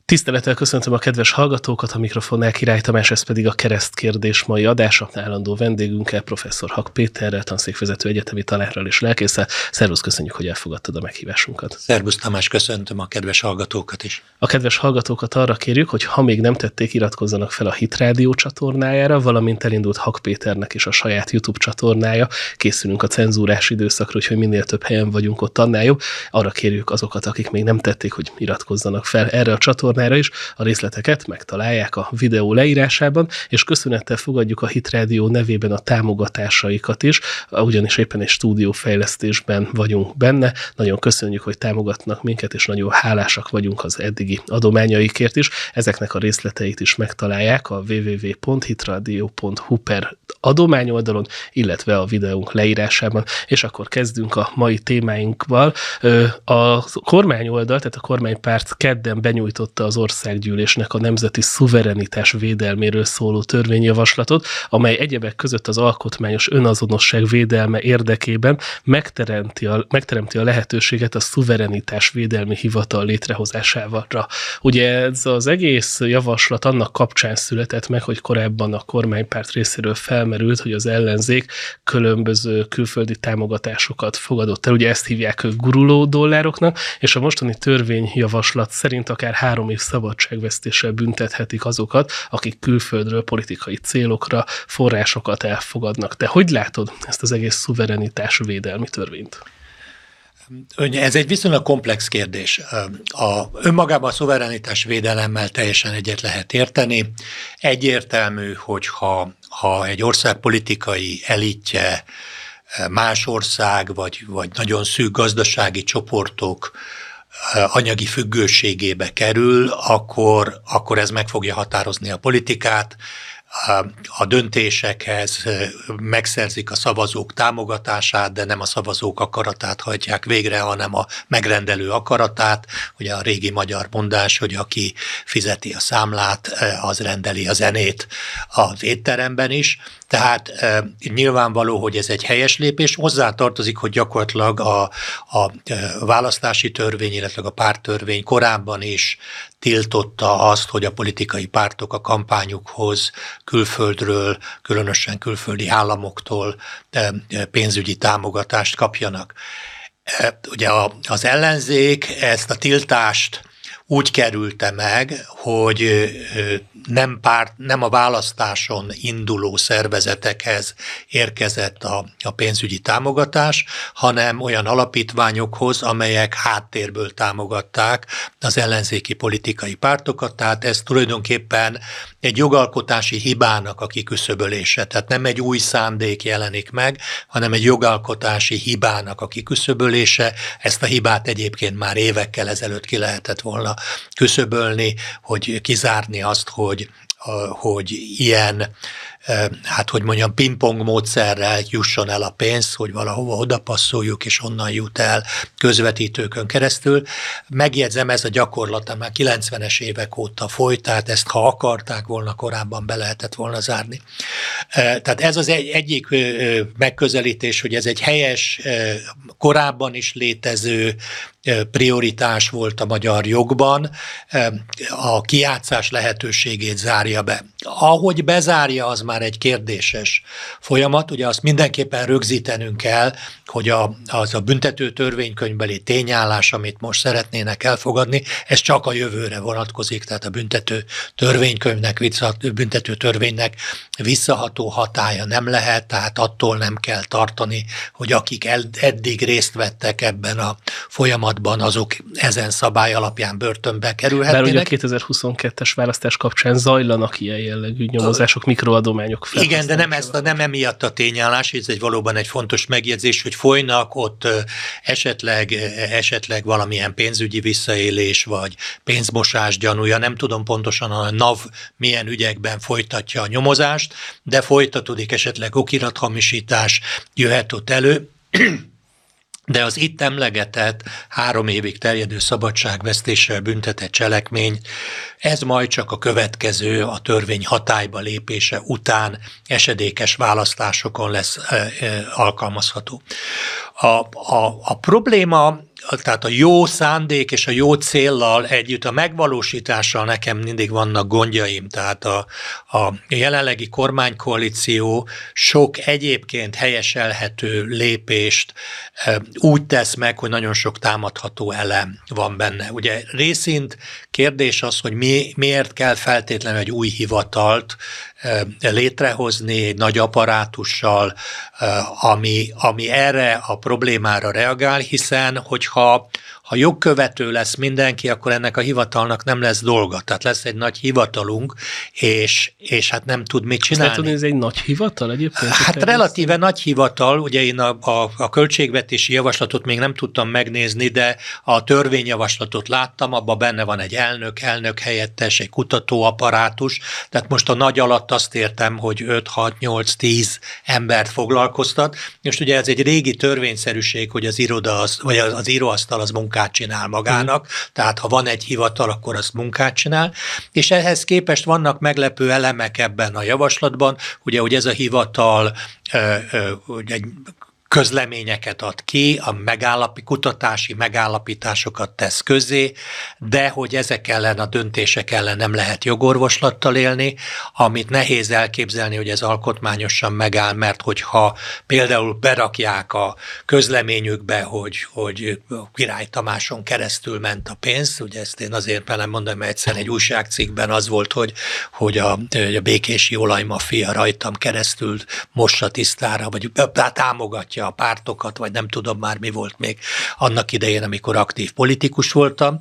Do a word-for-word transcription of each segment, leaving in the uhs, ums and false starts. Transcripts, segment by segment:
Tisztelettel köszöntöm a kedves hallgatókat, a mikrofonnál Király Tamás, ez pedig a Keresztkérdés mai adása. Állandó vendégünkkel, professzor Hak Péterrel, tanszékvezető egyetemi tanárral és lelkésszel. Szervusz, köszönjük, hogy elfogadtad a meghívásunkat. Szervusz Tamás, köszöntöm a kedves hallgatókat is. A kedves hallgatókat arra kérjük, hogy ha még nem tették, iratkozzanak fel a Hit Rádió csatornájára, valamint elindult Hak Péternek is a saját YouTube csatornája. Készülünk a cenzúrás időszakra, úgyhogy minél több helyen vagyunk, ott annál jobb. Arra kérjük azokat, akik még nem tették, hogy iratkozzanak fel erre a csatornára is. A részleteket megtalálják a videó leírásában, és köszönettel fogadjuk a Hit Rádió nevében a támogatásaikat is, ugyanis éppen egy stúdiófejlesztésben vagyunk benne. Nagyon köszönjük, hogy támogatnak minket, és nagyon hálásak vagyunk az eddigi adományaikért is. Ezeknek a részleteit is megtalálják a double-u double-u double-u pont hitradio pont hu per adomány oldalon, illetve a videónk leírásában. És akkor kezdünk a mai témáinkval. A kormányoldal, tehát a kormánypárt kedden benyújtotta az országgyűlésnek a nemzeti szuverenitás védelméről szóló törvényjavaslatot, amely egyebek között az alkotmányos önazonosság védelme érdekében megteremti a, megteremti a lehetőséget a szuverenitás védelmi hivatal létrehozására. Ugye ez az egész javaslat annak kapcsán született meg, hogy korábban a kormánypárt részéről felmerült, hogy az ellenzék különböző külföldi támogatásokat fogadott el. Ugye ezt hívják guruló dollároknak, és a mostani törvényjavaslat szerint akár három év szabadságvesztéssel büntethetik azokat, akik külföldről politikai célokra forrásokat elfogadnak. Te hogy látod ezt az egész szuverenitás védelmi törvényt? Ez egy viszonylag komplex kérdés. A, önmagában a szuverenitás védelemmel teljesen egyet lehet érteni. Egyértelmű, hogy ha, ha egy ország politikai elitje más ország, vagy, vagy nagyon szűk gazdasági csoportok anyagi függőségébe kerül, akkor, akkor ez meg fogja határozni a politikát, a döntésekhez megszerzik a szavazók támogatását, de nem a szavazók akaratát hajtják végre, hanem a megrendelő akaratát. Ugye a régi magyar mondás, hogy aki fizeti a számlát, az rendeli a zenét az étteremben is. Tehát e, nyilvánvaló, hogy ez egy helyes lépés. Hozzá tartozik, hogy gyakorlatilag a, a választási törvény, illetve a párttörvény korábban is tiltotta azt, hogy a politikai pártok a kampányukhoz külföldről, különösen külföldi államoktól pénzügyi támogatást kapjanak. Ugye az ellenzék ezt a tiltást úgy kerülte meg, hogy nem, párt, nem a választáson induló szervezetekhez érkezett a, a pénzügyi támogatás, hanem olyan alapítványokhoz, amelyek háttérből támogatták az ellenzéki politikai pártokat, tehát ez tulajdonképpen egy jogalkotási hibának a kiküszöbölése. Tehát nem egy új szándék jelenik meg, hanem egy jogalkotási hibának a kiküszöbölése. Ezt a hibát egyébként már évekkel ezelőtt ki lehetett volna küszöbölni, hogy kizárni azt, hogy, hogy ilyen, hát hogy mondjam, pingpong módszerrel jusson el a pénz, hogy valahova odapasszoljuk, és onnan jut el közvetítőkön keresztül. Megjegyzem, ez a gyakorlat már kilencvenes évek óta folyt, tehát ezt ha akarták volna, korábban be lehetett volna zárni. Tehát ez az egy, egyik megközelítés, hogy ez egy helyes, korábban is létező prioritás volt a magyar jogban, a kijátszás lehetőségét zárja be. Ahogy bezárja, az már egy kérdéses folyamat, ugye azt mindenképpen rögzítenünk kell, hogy a, az a büntető törvénykönyvbeli tényállás, amit most szeretnének elfogadni, ez csak a jövőre vonatkozik, tehát a büntető törvénykönyvnek, büntető törvénynek visszaható hatálya nem lehet, tehát attól nem kell tartani, hogy akik eddig részt vettek ebben a folyamatban, azok ezen szabály alapján börtönbe kerülhetnének. Bár ugye a kétezer-huszonkettes választás kapcsán zajlanak ilyen jellegű nyomozások, mikroadományok fel. Igen, de nem, ez, nem emiatt a tényállás, ez egy valóban egy fontos megjegyzés, hogy folynak ott esetleg, esetleg valamilyen pénzügyi visszaélés, vagy pénzmosás gyanúja, nem tudom pontosan a NAV milyen ügyekben folytatja a nyomozást, de folytatódik esetleg okirathamisítás, jöhet ott elő. De az itt emlegetett három évig terjedő szabadságvesztéssel büntetett cselekmény, ez majd csak a következő, a törvény hatályba lépése után esedékes választásokon lesz e, e, alkalmazható. A, a, a probléma, tehát a jó szándék és a jó céllal együtt a megvalósítással nekem mindig vannak gondjaim. Tehát a, a jelenlegi kormánykoalíció sok egyébként helyeselhető lépést úgy tesz meg, hogy nagyon sok támadható elem van benne. Ugye részint kérdés az, hogy mi, miért kell feltétlenül egy új hivatalt létrehozni egy nagy apparátussal, ami, ami erre a problémára reagál, hiszen hogyha ha jogkövető lesz mindenki, akkor ennek a hivatalnak nem lesz dolga. Tehát lesz egy nagy hivatalunk, és, és hát nem tud mit csinálni. Azt lehet, hogy ez egy nagy hivatal egyébként? Hát relatíve ezt... nagy hivatal, ugye én a, a, a költségvetési javaslatot még nem tudtam megnézni, de a törvényjavaslatot láttam, abban benne van egy elnök, elnök helyettes, egy kutatóapparátus, tehát most a nagy alatt azt értem, hogy öt, hat, nyolc, tíz embert foglalkoztat. Most ugye ez egy régi törvényszerűség, hogy az iroda, az, vagy az, az íróasztal az munkát csinál magának, mm. tehát ha van egy hivatal, akkor azt munkát csinál, és ehhez képest vannak meglepő elemek ebben a javaslatban, ugye, hogy ez a hivatal ö, ö, egy közleményeket ad ki, a megállapi, kutatási megállapításokat tesz közé, de hogy ezek ellen, a döntések ellen nem lehet jogorvoslattal élni, amit nehéz elképzelni, hogy ez alkotmányosan megáll, mert hogyha például berakják a közleményükbe, hogy, hogy Király Tamáson keresztül ment a pénz, ugye ezt én azért velem mondom, mert egyszer egy újságcikkben az volt, hogy, hogy a, a békési olajmafia rajtam keresztül mossa tisztára, vagy támogatja a pártokat, vagy nem tudom már mi volt még annak idején, amikor aktív politikus voltam.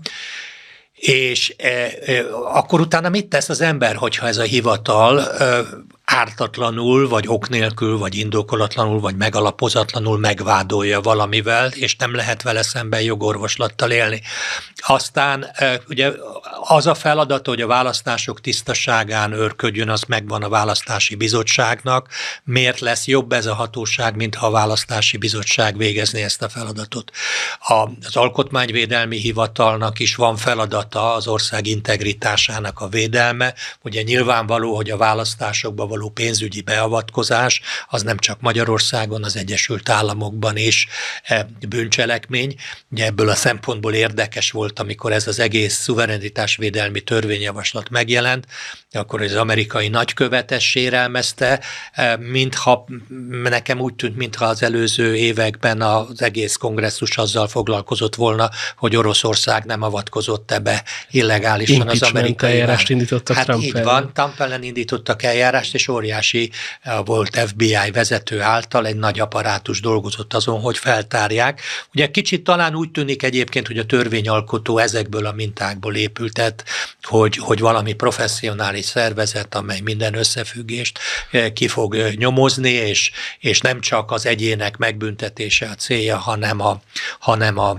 És e, e, akkor utána mit tesz az ember, hogyha ez a hivatal e, ártatlanul, vagy ok nélkül, vagy indokolatlanul, vagy megalapozatlanul megvádolja valamivel, és nem lehet vele szemben jogorvoslattal élni. Aztán ugye az a feladat, hogy a választások tisztaságán őrködjön, az megvan a választási bizottságnak. Miért lesz jobb ez a hatóság, mint ha a választási bizottság végezné ezt a feladatot? Az Alkotmányvédelmi Hivatalnak is van feladata az ország integritásának a védelme. Ugye nyilvánvaló, hogy a választásokban való pénzügyi beavatkozás, az nem csak Magyarországon, az Egyesült Államokban is bűncselekmény. Ugye ebből a szempontból érdekes volt, amikor ez az egész szuverenitásvédelmi törvényjavaslat megjelent, akkor az amerikai nagykövet ezt sérelmezte, mintha nekem úgy tűnt, mintha az előző években az egész kongresszus azzal foglalkozott volna, hogy Oroszország nem avatkozott ebbe illegálisan az amerikai eljárást indítottak hát Trump így ellen. van, Trump ellen indítottak eljárást, és óriási volt ef bé i vezető által egy nagy apparátus dolgozott azon, hogy feltárják. Ugye kicsit talán úgy tűnik egyébként, hogy a törvényalkotó ezekből a mintákból épültet, hogy, hogy valami professzionális szervezet, amely minden összefüggést ki fog nyomozni, és, és nem csak az egyének megbüntetése a célja, hanem a, hanem a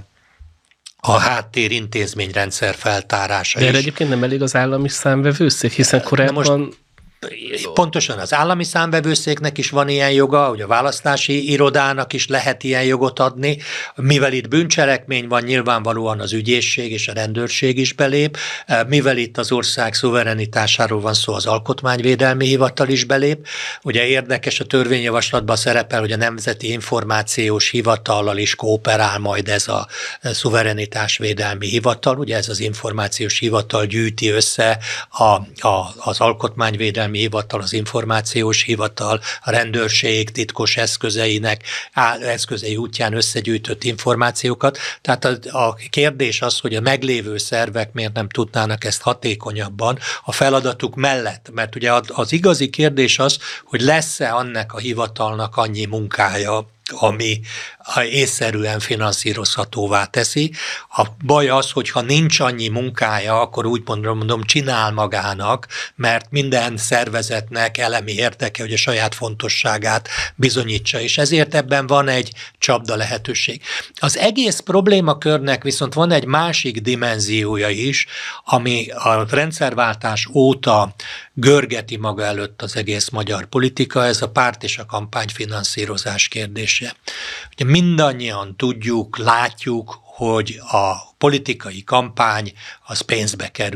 a háttérintézményrendszer feltárása. De erre egyébként nem elég az állami számvevőszék, hiszen korábban... Pontosan az állami számvevőszéknek is van ilyen joga, hogy a választási irodának is lehet ilyen jogot adni, mivel itt bűncselekmény van, nyilvánvalóan az ügyészség és a rendőrség is belép, mivel itt az ország szuverenitásáról van szó, az Alkotmányvédelmi Hivatal is belép. Ugye érdekes, a törvényjavaslatban szerepel, hogy a Nemzeti Információs Hivatallal is kooperál majd ez a szuverenitásvédelmi hivatal, ugye ez az információs hivatal gyűjti össze a, a, az Alkotmányvédelmi Hivatal, az információs hivatal, a rendőrség titkos eszközeinek, eszközei útján összegyűjtött információkat. Tehát a, a kérdés az, hogy a meglévő szervek miért nem tudnának ezt hatékonyabban a feladatuk mellett. Mert ugye az igazi kérdés az, hogy lesz-e annak a hivatalnak annyi munkája, ami észszerűen finanszírozhatóvá teszi. A baj az, hogyha nincs annyi munkája, akkor úgy mondom, mondom, csinál magának, mert minden szervezetnek elemi érdeke, hogy a saját fontosságát bizonyítsa, és ezért ebben van egy csapda lehetőség. Az egész problémakörnek viszont van egy másik dimenziója is, ami a rendszerváltás óta görgeti maga előtt az egész magyar politika, ez a párt és a kampányfinanszírozás kérdése. Ugye mindannyian tudjuk, látjuk, hogy a politikai kampány az pénzbe kerül.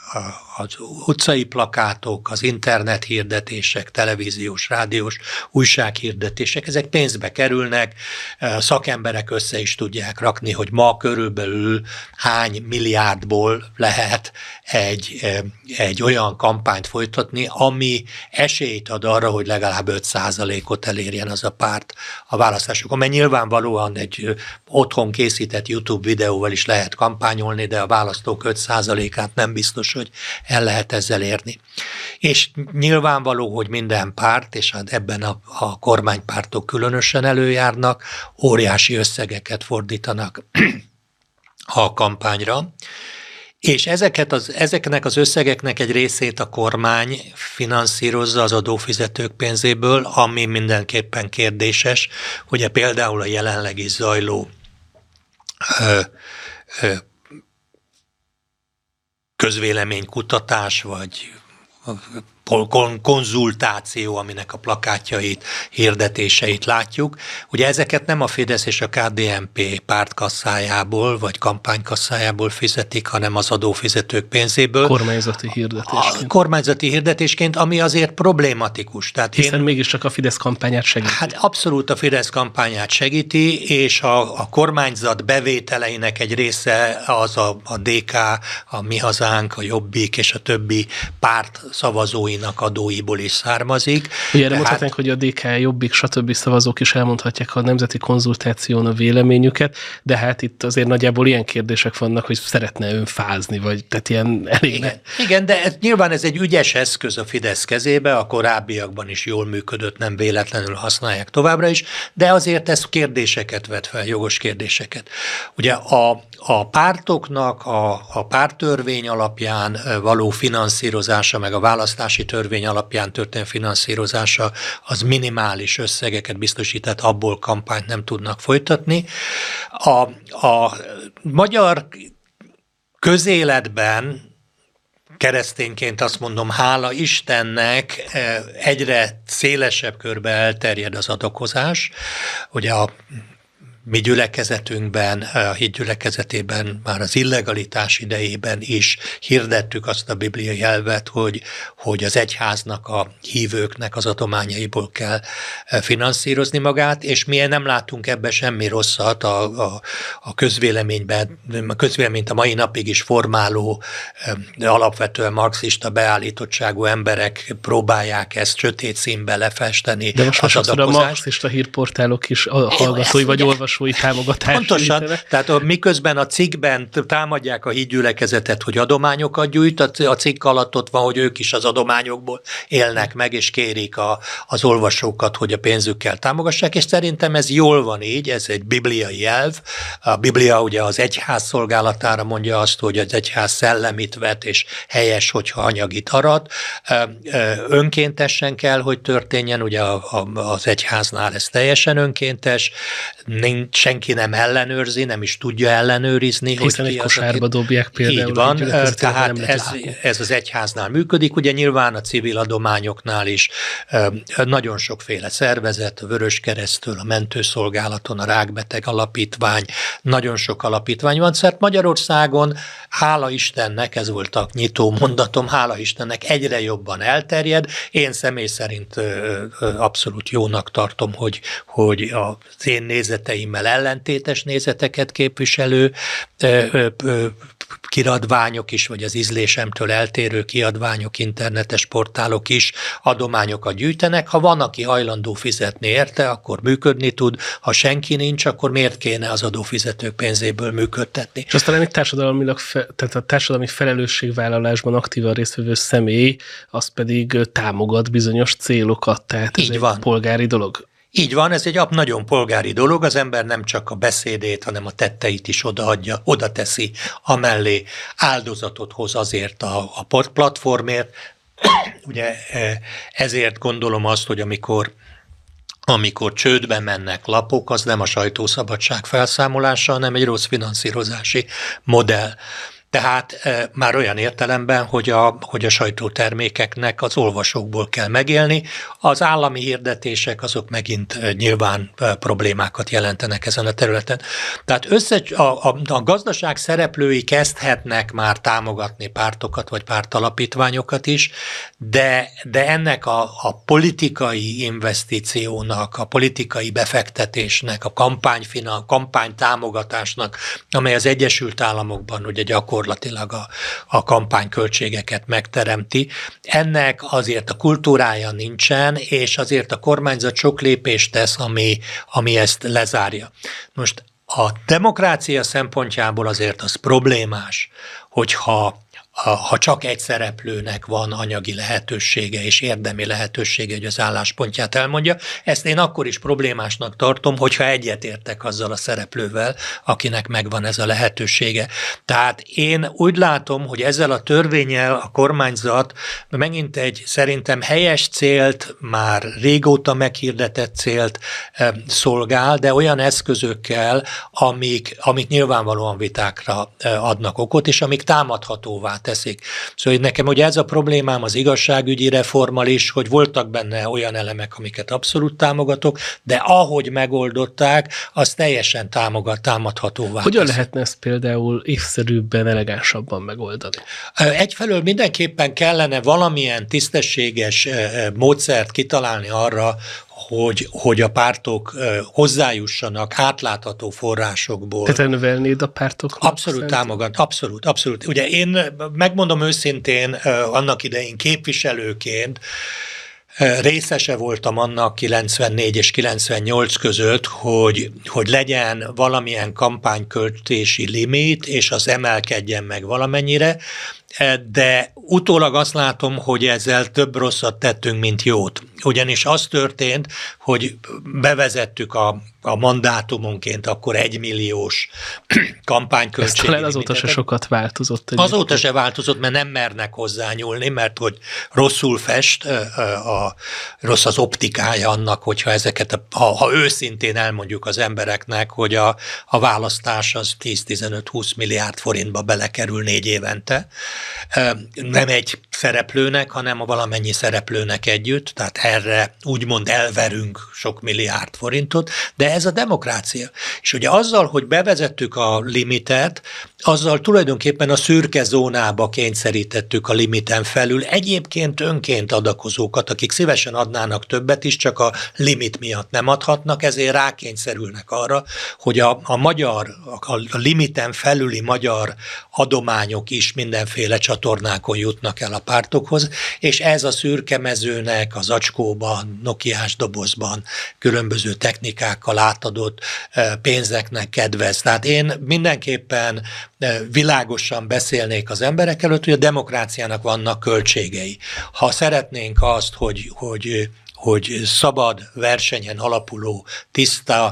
az utcai plakátok, az internet hirdetések, televíziós, rádiós, újsághirdetések, ezek pénzbe kerülnek, szakemberek össze is tudják rakni, hogy ma körülbelül hány milliárdból lehet egy, egy olyan kampányt folytatni, ami esélyt ad arra, hogy legalább öt százalékot elérjen az a párt a választásokon, mert nyilvánvalóan egy otthon készített YouTube videóval is lehet kampányolni, de a választók öt százalékát nem biztos, hogy el lehet ezzel érni. És nyilvánvaló, hogy minden párt, és ebben a, a kormánypártok különösen előjárnak, óriási összegeket fordítanak a kampányra, és ezeket az, ezeknek az összegeknek egy részét a kormány finanszírozza az adófizetők pénzéből, ami mindenképpen kérdéses, ugye például a jelenleg is zajló ö, ö, közvéleménykutatás, vagy konzultáció, aminek a plakátjait, hirdetéseit látjuk. Ugye ezeket nem a Fidesz és a ká dé en pé pártkasszájából, vagy kampánykasszájából fizetik, hanem az adófizetők pénzéből. Kormányzati hirdetésként. A kormányzati hirdetésként, ami azért problématikus. Tehát Hiszen én, mégiscsak a Fidesz kampányát segíti. Hát abszolút a Fidesz kampányát segíti, és a, a kormányzat bevételeinek egy része az a, a dé ká, a Mi Hazánk, a Jobbik és a többi párt szavazói adóiból is származik. Ugye erre mondhatnánk, hogy a dé ká, Jobbik, stb. Szavazók is elmondhatják a nemzeti konzultáción a véleményüket, de hát itt azért nagyjából ilyen kérdések vannak, hogy szeretne ön fázni, vagy tehát ilyen elég. Igen, Igen, de ez, nyilván ez egy ügyes eszköz a Fidesz kezébe, a korábbiakban is jól működött, nem véletlenül használják továbbra is, de azért ez kérdéseket vet fel, jogos kérdéseket. Ugye a, a pártoknak a, a párttörvény alapján való finanszírozása, meg a választási törvény alapján történő finanszírozása az minimális összegeket biztosít, tehát abból kampányt nem tudnak folytatni. A, a magyar közéletben keresztényként azt mondom, hála Istennek egyre szélesebb körbe elterjed az adakozás. Ugye a mi gyülekezetünkben, a hit gyülekezetében már az illegalitás idejében is hirdettük azt a bibliai elvet, hogy, hogy az egyháznak, a hívőknek az adományaiból kell finanszírozni magát, és mi nem látunk ebbe semmi rosszat a, a, a közvéleményben, a közvéleményt a mai napig is formáló, alapvetően marxista beállítottságú emberek próbálják ezt sötét színbe lefesteni. De most sokszor a marxista hírportálok is a hallgatói vagy olvasói támogatást. Pontosan, tehát a, miközben a cikkben támadják a hídgyülekezetet, hogy adományokat gyűjt, a cikk alatt ott van, hogy ők is az adományokból élnek meg, és kérik a, az olvasókat, hogy a pénzükkel támogassák, és szerintem ez jól van így, ez egy bibliai elv. A Biblia ugye az egyház szolgálatára mondja azt, hogy az egyház szellemit vet, és helyes, hogyha anyagit arat. Önkéntesen kell, hogy történjen, ugye az egyháznál ez teljesen önkéntes, nincs, senki nem ellenőrzi, nem is tudja ellenőrizni. Hiszen hogy egy kosárba az, dobják például. Így van, tehát ez, ez az egyháznál működik, ugye nyilván a civil adományoknál is nagyon sokféle szervezet, a Vöröskereszttől, a Mentőszolgálaton, a Rákbeteg Alapítvány, nagyon sok alapítvány van, szóval Magyarországon, hála Istennek, ez volt a nyitó mondatom, hála Istennek egyre jobban elterjed. Én személy szerint abszolút jónak tartom, hogy, hogy az én nézeteimmel ellentétes nézeteket képviselő kiadványok is, vagy az ízlésemtől eltérő kiadványok, internetes portálok is adományokat gyűjtenek. Ha van, aki hajlandó fizetni érte, akkor működni tud. Ha senki nincs, akkor miért kéne az adófizetők pénzéből működtetni? És aztán egy társadalmilag, fe, tehát a társadalmi felelősségvállalásban aktívan résztvevő személy, az pedig támogat bizonyos célokat, tehát ez Így egy van. polgári dolog. Így van, ez egy nagyon polgári dolog, az ember nem csak a beszédét, hanem a tetteit is odaadja, oda teszi, amellé áldozatot hoz azért a, a platformért. Ugye ezért gondolom azt, hogy amikor amikor csődbe mennek lapok, az nem a sajtószabadság felszámolása, hanem egy rossz finanszírozási modell. Tehát e, már olyan értelemben, hogy a, hogy a sajtótermékeknek az olvasókból kell megélni. Az állami hirdetések azok megint e, nyilván e, problémákat jelentenek ezen a területen. Tehát össze, a, a, a gazdaság szereplői kezdhetnek már támogatni pártokat vagy pártalapítványokat is, de, de ennek a, a politikai investíciónak, a politikai befektetésnek, a kampányfina, kampánytámogatásnak, amely az Egyesült Államokban ugye gyakorlatilag a, a kampányköltségeket megteremti, ennek azért a kultúrája nincsen, és azért a kormányzat sok lépést tesz, ami, ami ezt lezárja. Most a demokrácia szempontjából azért az problémás, hogyha ha csak egy szereplőnek van anyagi lehetősége és érdemi lehetősége, hogy az álláspontját elmondja. Ezt én akkor is problémásnak tartom, hogyha egyetértek azzal a szereplővel, akinek megvan ez a lehetősége. Tehát én úgy látom, hogy ezzel a törvénnyel a kormányzat megint egy szerintem helyes célt, már régóta meghirdetett célt szolgál, de olyan eszközökkel, amik, amik nyilvánvalóan vitákra adnak okot, és amik támadhatóvá teszik. Szóval nekem ugye ez a problémám az igazságügyi reformmal is, hogy voltak benne olyan elemek, amiket abszolút támogatok, de ahogy megoldották, az teljesen támogat, támadhatóvá Hogyan teszik. lehetne ezt például észszerűbben, elegánsabban megoldani? Egyfelől mindenképpen kellene valamilyen tisztességes módszert kitalálni arra, hogy, hogy a pártok hozzájussanak átlátható forrásokból. Te növelnéd a pártoknak? Abszolút támogat, abszolút, abszolút. Ugye én megmondom őszintén, annak idején képviselőként részese voltam annak kilencvennégy és kilencvennyolc között, hogy, hogy legyen valamilyen kampányköltési limit, és az emelkedjen meg valamennyire, de utólag azt látom, hogy ezzel több rosszat tettünk, mint jót. Ugyanis az történt, hogy bevezettük a, a mandátumonként akkor egymilliós kampányköltségi. Ez talán azóta se sokat változott. Egyébként. Azóta se változott, mert nem mernek hozzányúlni, mert hogy rosszul fest, a, a, rossz az optikája annak, hogyha ezeket, a, ha, ha őszintén elmondjuk az embereknek, hogy a, a választás az tíz-tizenöt-húsz milliárd forintba belekerül négy évente, nem egy szereplőnek, hanem a valamennyi szereplőnek együtt, tehát erre úgymond elverünk sok milliárd forintot, de ez a demokrácia. És ugye azzal, hogy bevezettük a limitet, azzal tulajdonképpen a szürke zónába kényszerítettük a limiten felül egyébként önként adakozókat, akik szívesen adnának többet is, csak a limit miatt nem adhatnak, ezért rákényszerülnek arra, hogy a, a magyar, a, a limiten felüli magyar adományok is mindenféle csatornákon jutnak el a pártokhoz, és ez a szürke mezőnek az acskóban, nokiás dobozban, különböző technikákkal átadott pénzeknek kedvez. Tehát én mindenképpen világosan beszélnék az emberek előtt, hogy a demokráciának vannak költségei. Ha szeretnénk azt, hogy, hogy hogy szabad versenyen alapuló, tiszta,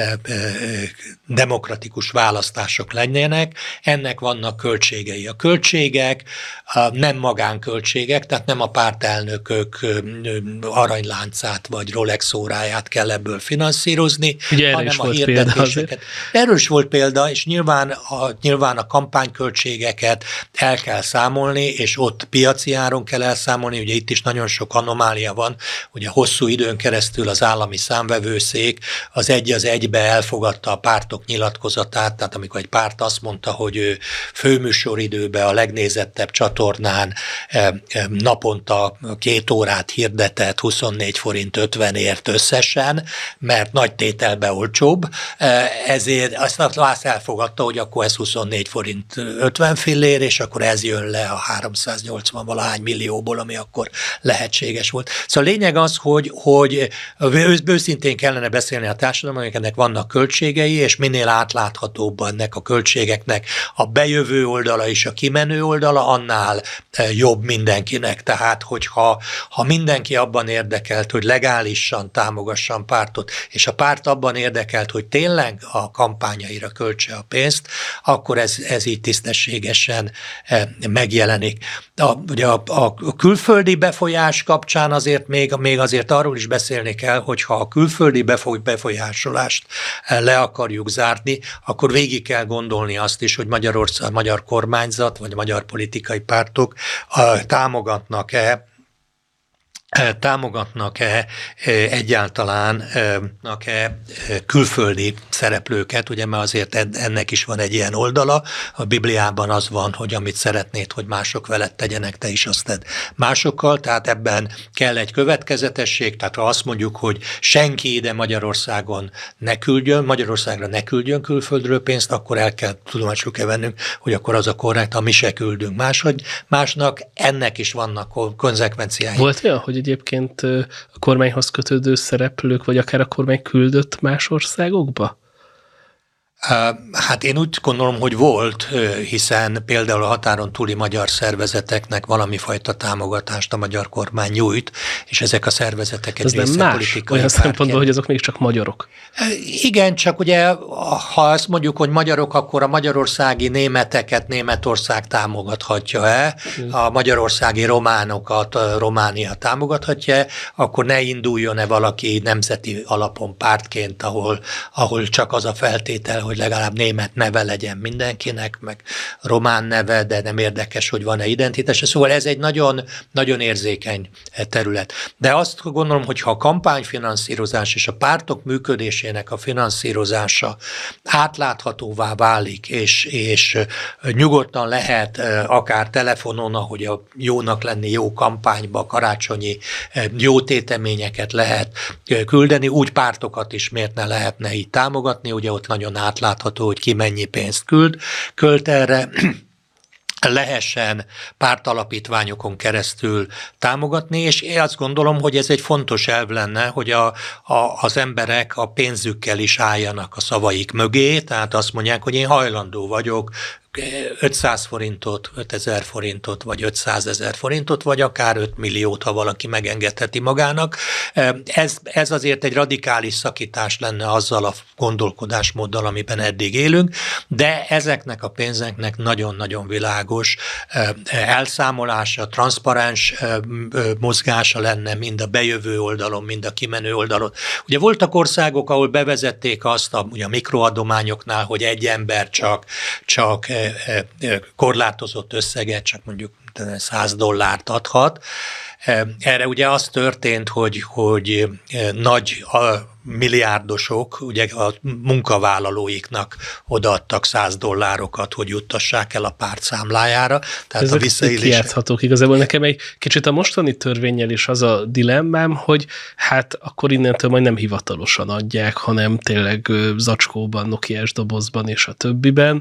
demokratikus választások lennének, ennek vannak költségei. A költségek nem magánköltségek, tehát nem a pártelnökök aranyláncát vagy Rolex óráját kell ebből finanszírozni, ugye hanem a hirdetéseket. Erről is volt példa, és nyilván a, nyilván a kampányköltségeket el kell számolni, és ott piaci áron kell elszámolni, ugye itt is nagyon sok anomália van, ugye hosszú időn keresztül az állami számvevőszék az egy az egybe elfogadta a pártok nyilatkozatát, tehát amikor egy párt azt mondta, hogy ő főműsoridőben a legnézettebb csatornán naponta két órát hirdetett huszonnégy forint ötvenért összesen, mert nagy tételbe olcsóbb, ezért azt elfogadta, hogy akkor ez huszonnégy forint ötven fillér, és akkor ez jön le a háromszáznyolcvan valahány millióból, ami akkor lehetséges volt. Szóval a lényeg az, hogy, hogy őszintén kellene beszélni a társadalomnak, ennek vannak költségei, és minél átláthatóbb ennek a költségeknek a bejövő oldala és a kimenő oldala, annál jobb mindenkinek. Tehát, hogyha ha mindenki abban érdekelt, hogy legálisan támogasson pártot, és a párt abban érdekelt, hogy tényleg a kampányaira költse a pénzt, akkor ez, ez így tisztességesen megjelenik. A, ugye a, a külföldi befolyás kapcsán azért még, még azért azért arról is beszélni kell, hogy ha a külföldi befolyásolást le akarjuk zárni, akkor végig kell gondolni azt is, hogy Magyarország, magyar kormányzat vagy magyar politikai pártok támogatnak-e támogatnak-e egyáltalán -e külföldi szereplőket, ugye, mert azért ennek is van egy ilyen oldala. A Bibliában az van, hogy amit szeretnéd, hogy mások veled tegyenek, te is azt tedd másokkal, tehát ebben kell egy következetesség, tehát ha azt mondjuk, hogy senki ide Magyarországon ne küldjön, Magyarországra ne küldjön külföldről pénzt, akkor el kell tudomásul kell vennünk, hogy akkor az a korrekt, ha mi se küldünk máshogy, másnak, ennek is vannak konzekvenciái. Volt olyan, hogy egyébként a kormányhoz kötődő szereplők, vagy akár a kormány küldött más országokba? Hát én úgy gondolom, hogy volt, hiszen például a határon túli magyar szervezeteknek valami fajta támogatást a magyar kormány nyújt, és ezek a szervezetek egy része más, politikai olyan szempontból, hogy azok mégiscsak magyarok. Igen, csak ugye, ha azt mondjuk, hogy magyarok, akkor a magyarországi németeket Németország támogathatja-e, a magyarországi románokat Románia támogathatja-e, akkor ne induljon-e valaki nemzeti alapon pártként, ahol, ahol csak az a feltétel, hogy legalább német neve legyen mindenkinek, meg román neve, de nem érdekes, hogy van-e identitása. Szóval ez egy nagyon, nagyon érzékeny terület. De azt gondolom, hogy ha a kampányfinanszírozás és a pártok működésének a finanszírozása átláthatóvá válik, és, és nyugodtan lehet akár telefonon, ahogy a jónak lenni jó kampányba, karácsonyi jó téteményeket lehet küldeni, úgy pártokat is miért ne lehetne így támogatni, ugye ott nagyon átlátható, hogy ki mennyi pénzt küld, költ erre, lehessen pártalapítványokon keresztül támogatni, és én azt gondolom, hogy ez egy fontos elv lenne, hogy a, a, az emberek a pénzükkel is álljanak a szavaik mögé, tehát azt mondják, hogy én hajlandó vagyok ötszáz forintot, ötezer forintot, vagy ötszázezer forintot, vagy akár öt milliót, ha valaki megengedheti magának. Ez, ez azért egy radikális szakítás lenne azzal a gondolkodásmóddal, amiben eddig élünk, de ezeknek a pénzeknek nagyon-nagyon világos elszámolása, transzparens mozgása lenne mind a bejövő oldalon, mind a kimenő oldalon. Ugye voltak országok, ahol bevezették azt a, ugye a mikroadományoknál, hogy egy ember csak, csak korlátozott összeget, csak mondjuk száz dollárt adhat. Erre ugye az történt, hogy, hogy nagy milliárdosok ugye a munkavállalóiknak odaadtak száz dollárokat, hogy juttassák el a párt számlájára. Tehát ezek a visszaélés... kijátszhatók igazából. Nekem egy kicsit a mostani törvénnyel is az a dilemmám, hogy hát akkor innentől majd nem hivatalosan adják, hanem tényleg zacskóban, nokiás dobozban és a többiben.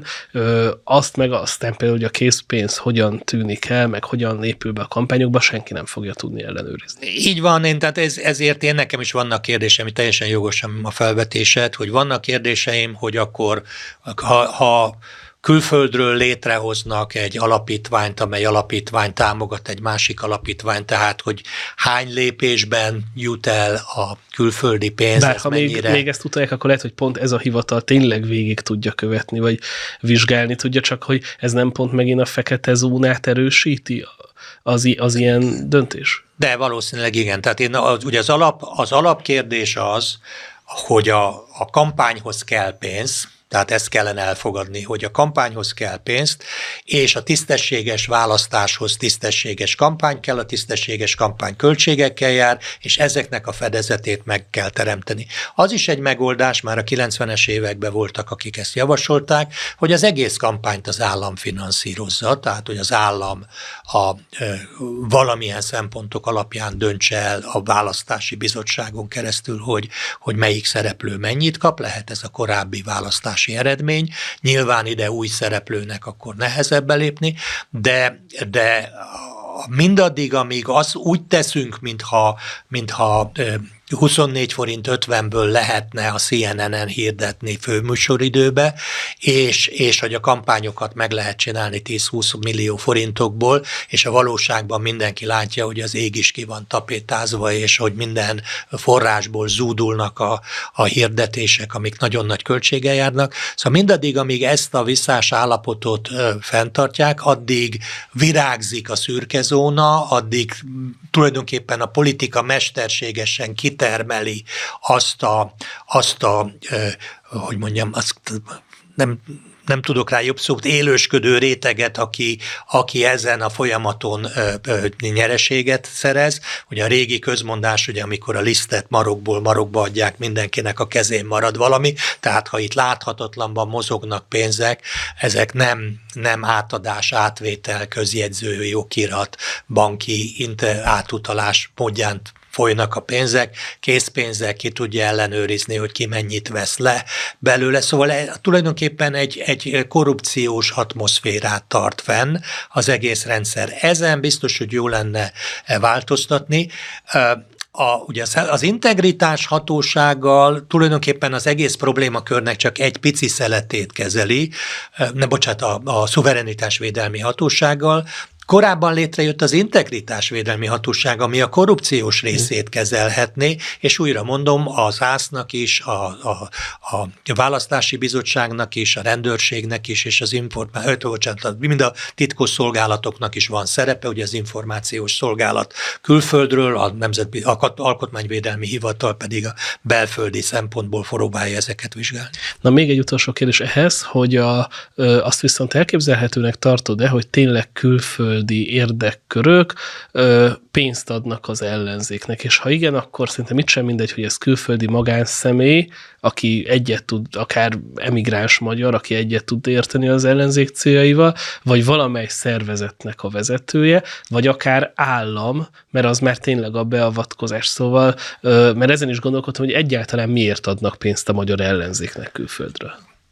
Azt meg aztán például, hogy a készpénz hogyan tűnik el, meg hogyan lépül be a kampányokba, senki nem fogja tudni ellenőrizni. Így van, én, tehát ez, ezért én nekem is vannak kérdéseim, teljesen jogosan a felvetésed, hogy vannak kérdéseim, hogy akkor ha, ha külföldről létrehoznak egy alapítványt, amely alapítvány támogat egy másik alapítványt, tehát hogy hány lépésben jut el a külföldi pénz. Bár ha még, még ezt utalják, akkor lehet, hogy pont ez a hivatal tényleg végig tudja követni, vagy vizsgálni tudja, csak hogy ez nem pont megint a fekete zónát erősíti az, az ilyen döntés? De valószínűleg igen. Tehát én, az, ugye az, alap, az alapkérdés az, hogy a, a kampányhoz kell pénz, tehát ezt kellene elfogadni, hogy a kampányhoz kell pénzt, és a tisztességes választáshoz tisztességes kampány kell, a tisztességes kampány költségekkel jár, és ezeknek a fedezetét meg kell teremteni. Az is egy megoldás, már a kilencvenes években voltak, akik ezt javasolták, hogy az egész kampányt az állam finanszírozza, tehát hogy az állam a e, valamilyen szempontok alapján döntse el a választási bizottságon keresztül, hogy, hogy melyik szereplő mennyit kap, lehet ez a korábbi választási eredmény. Nyilván ide új szereplőnek akkor nehezebb belépni, de, de mindaddig, amíg az úgy teszünk, mintha, mintha huszonnégy forint ötvenből lehetne a C N N-en hirdetni főműsoridőbe, és, és hogy a kampányokat meg lehet csinálni tíz-húsz millió forintokból, és a valóságban mindenki látja, hogy az ég is ki van tapétázva, és hogy minden forrásból zúdulnak a, a hirdetések, amik nagyon nagy költséggel járnak. Szóval mindaddig, amíg ezt a visszás állapotot fenntartják, addig virágzik a szürke zóna, addig tulajdonképpen a politika mesterségesen kitermeli azt a, azt a hogy mondjam, azt nem, nem tudok rá jobb szót, élősködő réteget, aki, aki ezen a folyamaton ö, ö, nyereséget szerez. Ugye a régi közmondás, ugye amikor a lisztet marokból marokba adják, mindenkinek a kezén marad valami, tehát ha itt láthatatlanban mozognak pénzek, ezek nem, nem átadás, átvétel, közjegyző, jogirat, banki inter, átutalás módján folynak a pénzek, készpénzzel ki tudja ellenőrizni, hogy ki mennyit vesz le belőle. Szóval tulajdonképpen egy, egy korrupciós atmoszférát tart fenn az egész rendszer. Ezen biztos, hogy jó lenne változtatni. A, ugye az integritás hatósággal tulajdonképpen az egész problémakörnek csak egy pici szeletét kezeli, ne bocsánat, a, a szuverenitásvédelmi hatósággal. Korábban létrejött az integritásvédelmi hatóság, ami a korrupciós részét kezelhetné, és újra mondom, az ásznak is, a, a, a választási bizottságnak is, a rendőrségnek is, és az információ, mind a titkos szolgálatoknak is van szerepe, ugye az információs szolgálat külföldről, a Nemzeti Alkotmányvédelmi Hivatal pedig a belföldi szempontból próbálja ezeket vizsgálni. Na még egy utolsó kérdés ehhez, hogy a, azt viszont elképzelhetőnek tartod-e, hogy tényleg külföld érdekkörök ö, pénzt adnak az ellenzéknek, és ha igen, akkor szerintem itt sem mindegy, hogy ez külföldi magánszemély, aki egyet tud, akár emigráns magyar, aki egyet tud érteni az ellenzék céljaival, vagy valamely szervezetnek a vezetője, vagy akár állam, mert az már tényleg a beavatkozás. Szóval, ö, mert ezen is gondolkodtam, hogy egyáltalán miért adnak pénzt a magyar ellenzéknek külföldről.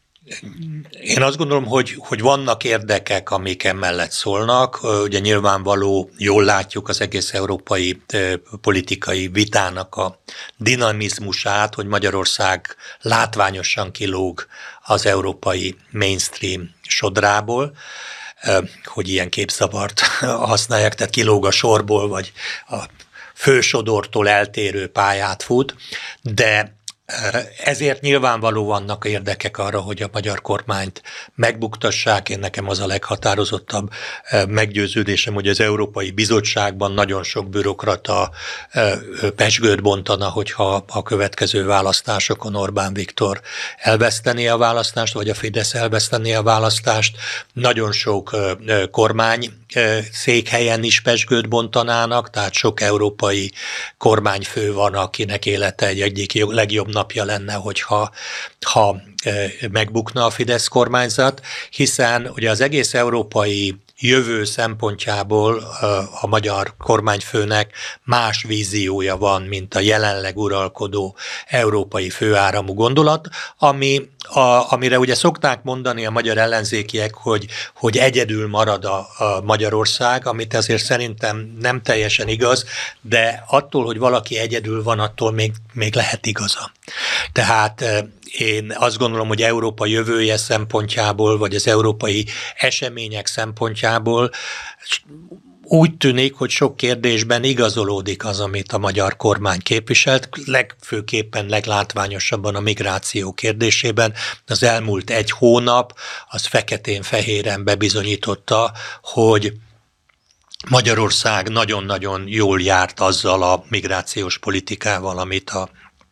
Én azt gondolom, hogy, hogy vannak érdekek, amik emellett szólnak. Ugye nyilvánvaló, jól látjuk az egész európai politikai vitának a dinamizmusát, hogy Magyarország látványosan kilóg az európai mainstream sodrából, hogy ilyen képzavart használják, tehát kilóg a sorból, vagy a fősodortól eltérő pályát fut, de ezért nyilvánvaló vannak érdekek arra, hogy a magyar kormányt megbuktassák. Én nekem az a leghatározottabb meggyőződésem, hogy az Európai Bizottságban nagyon sok bürokrata pezsgőt bontana, hogyha a következő választásokon Orbán Viktor elvesztené a választást, vagy a Fidesz elvesztené a választást. Nagyon sok kormány székhelyen is pezsgőt bontanának, tehát sok európai kormányfő van, akinek élete egy egyik legjobb napja lenne, hogyha ha megbukna a Fidesz kormányzat, hiszen ugye az egész európai jövő szempontjából a magyar kormányfőnek más víziója van, mint a jelenleg uralkodó európai főáramú gondolat, ami, a, amire ugye szokták mondani a magyar ellenzékiek, hogy, hogy egyedül marad a, a Magyarország, amit azért szerintem nem teljesen igaz, de attól, hogy valaki egyedül van, attól még, még lehet igaza. Tehát én azt gondolom, hogy Európa jövője szempontjából, vagy az európai események szempontjából úgy tűnik, hogy sok kérdésben igazolódik az, amit a magyar kormány képviselt, legfőképpen, leglátványosabban a migráció kérdésében. Az elmúlt egy hónap az feketén-fehéren bebizonyította, hogy Magyarország nagyon-nagyon jól járt azzal a migrációs politikával, amit a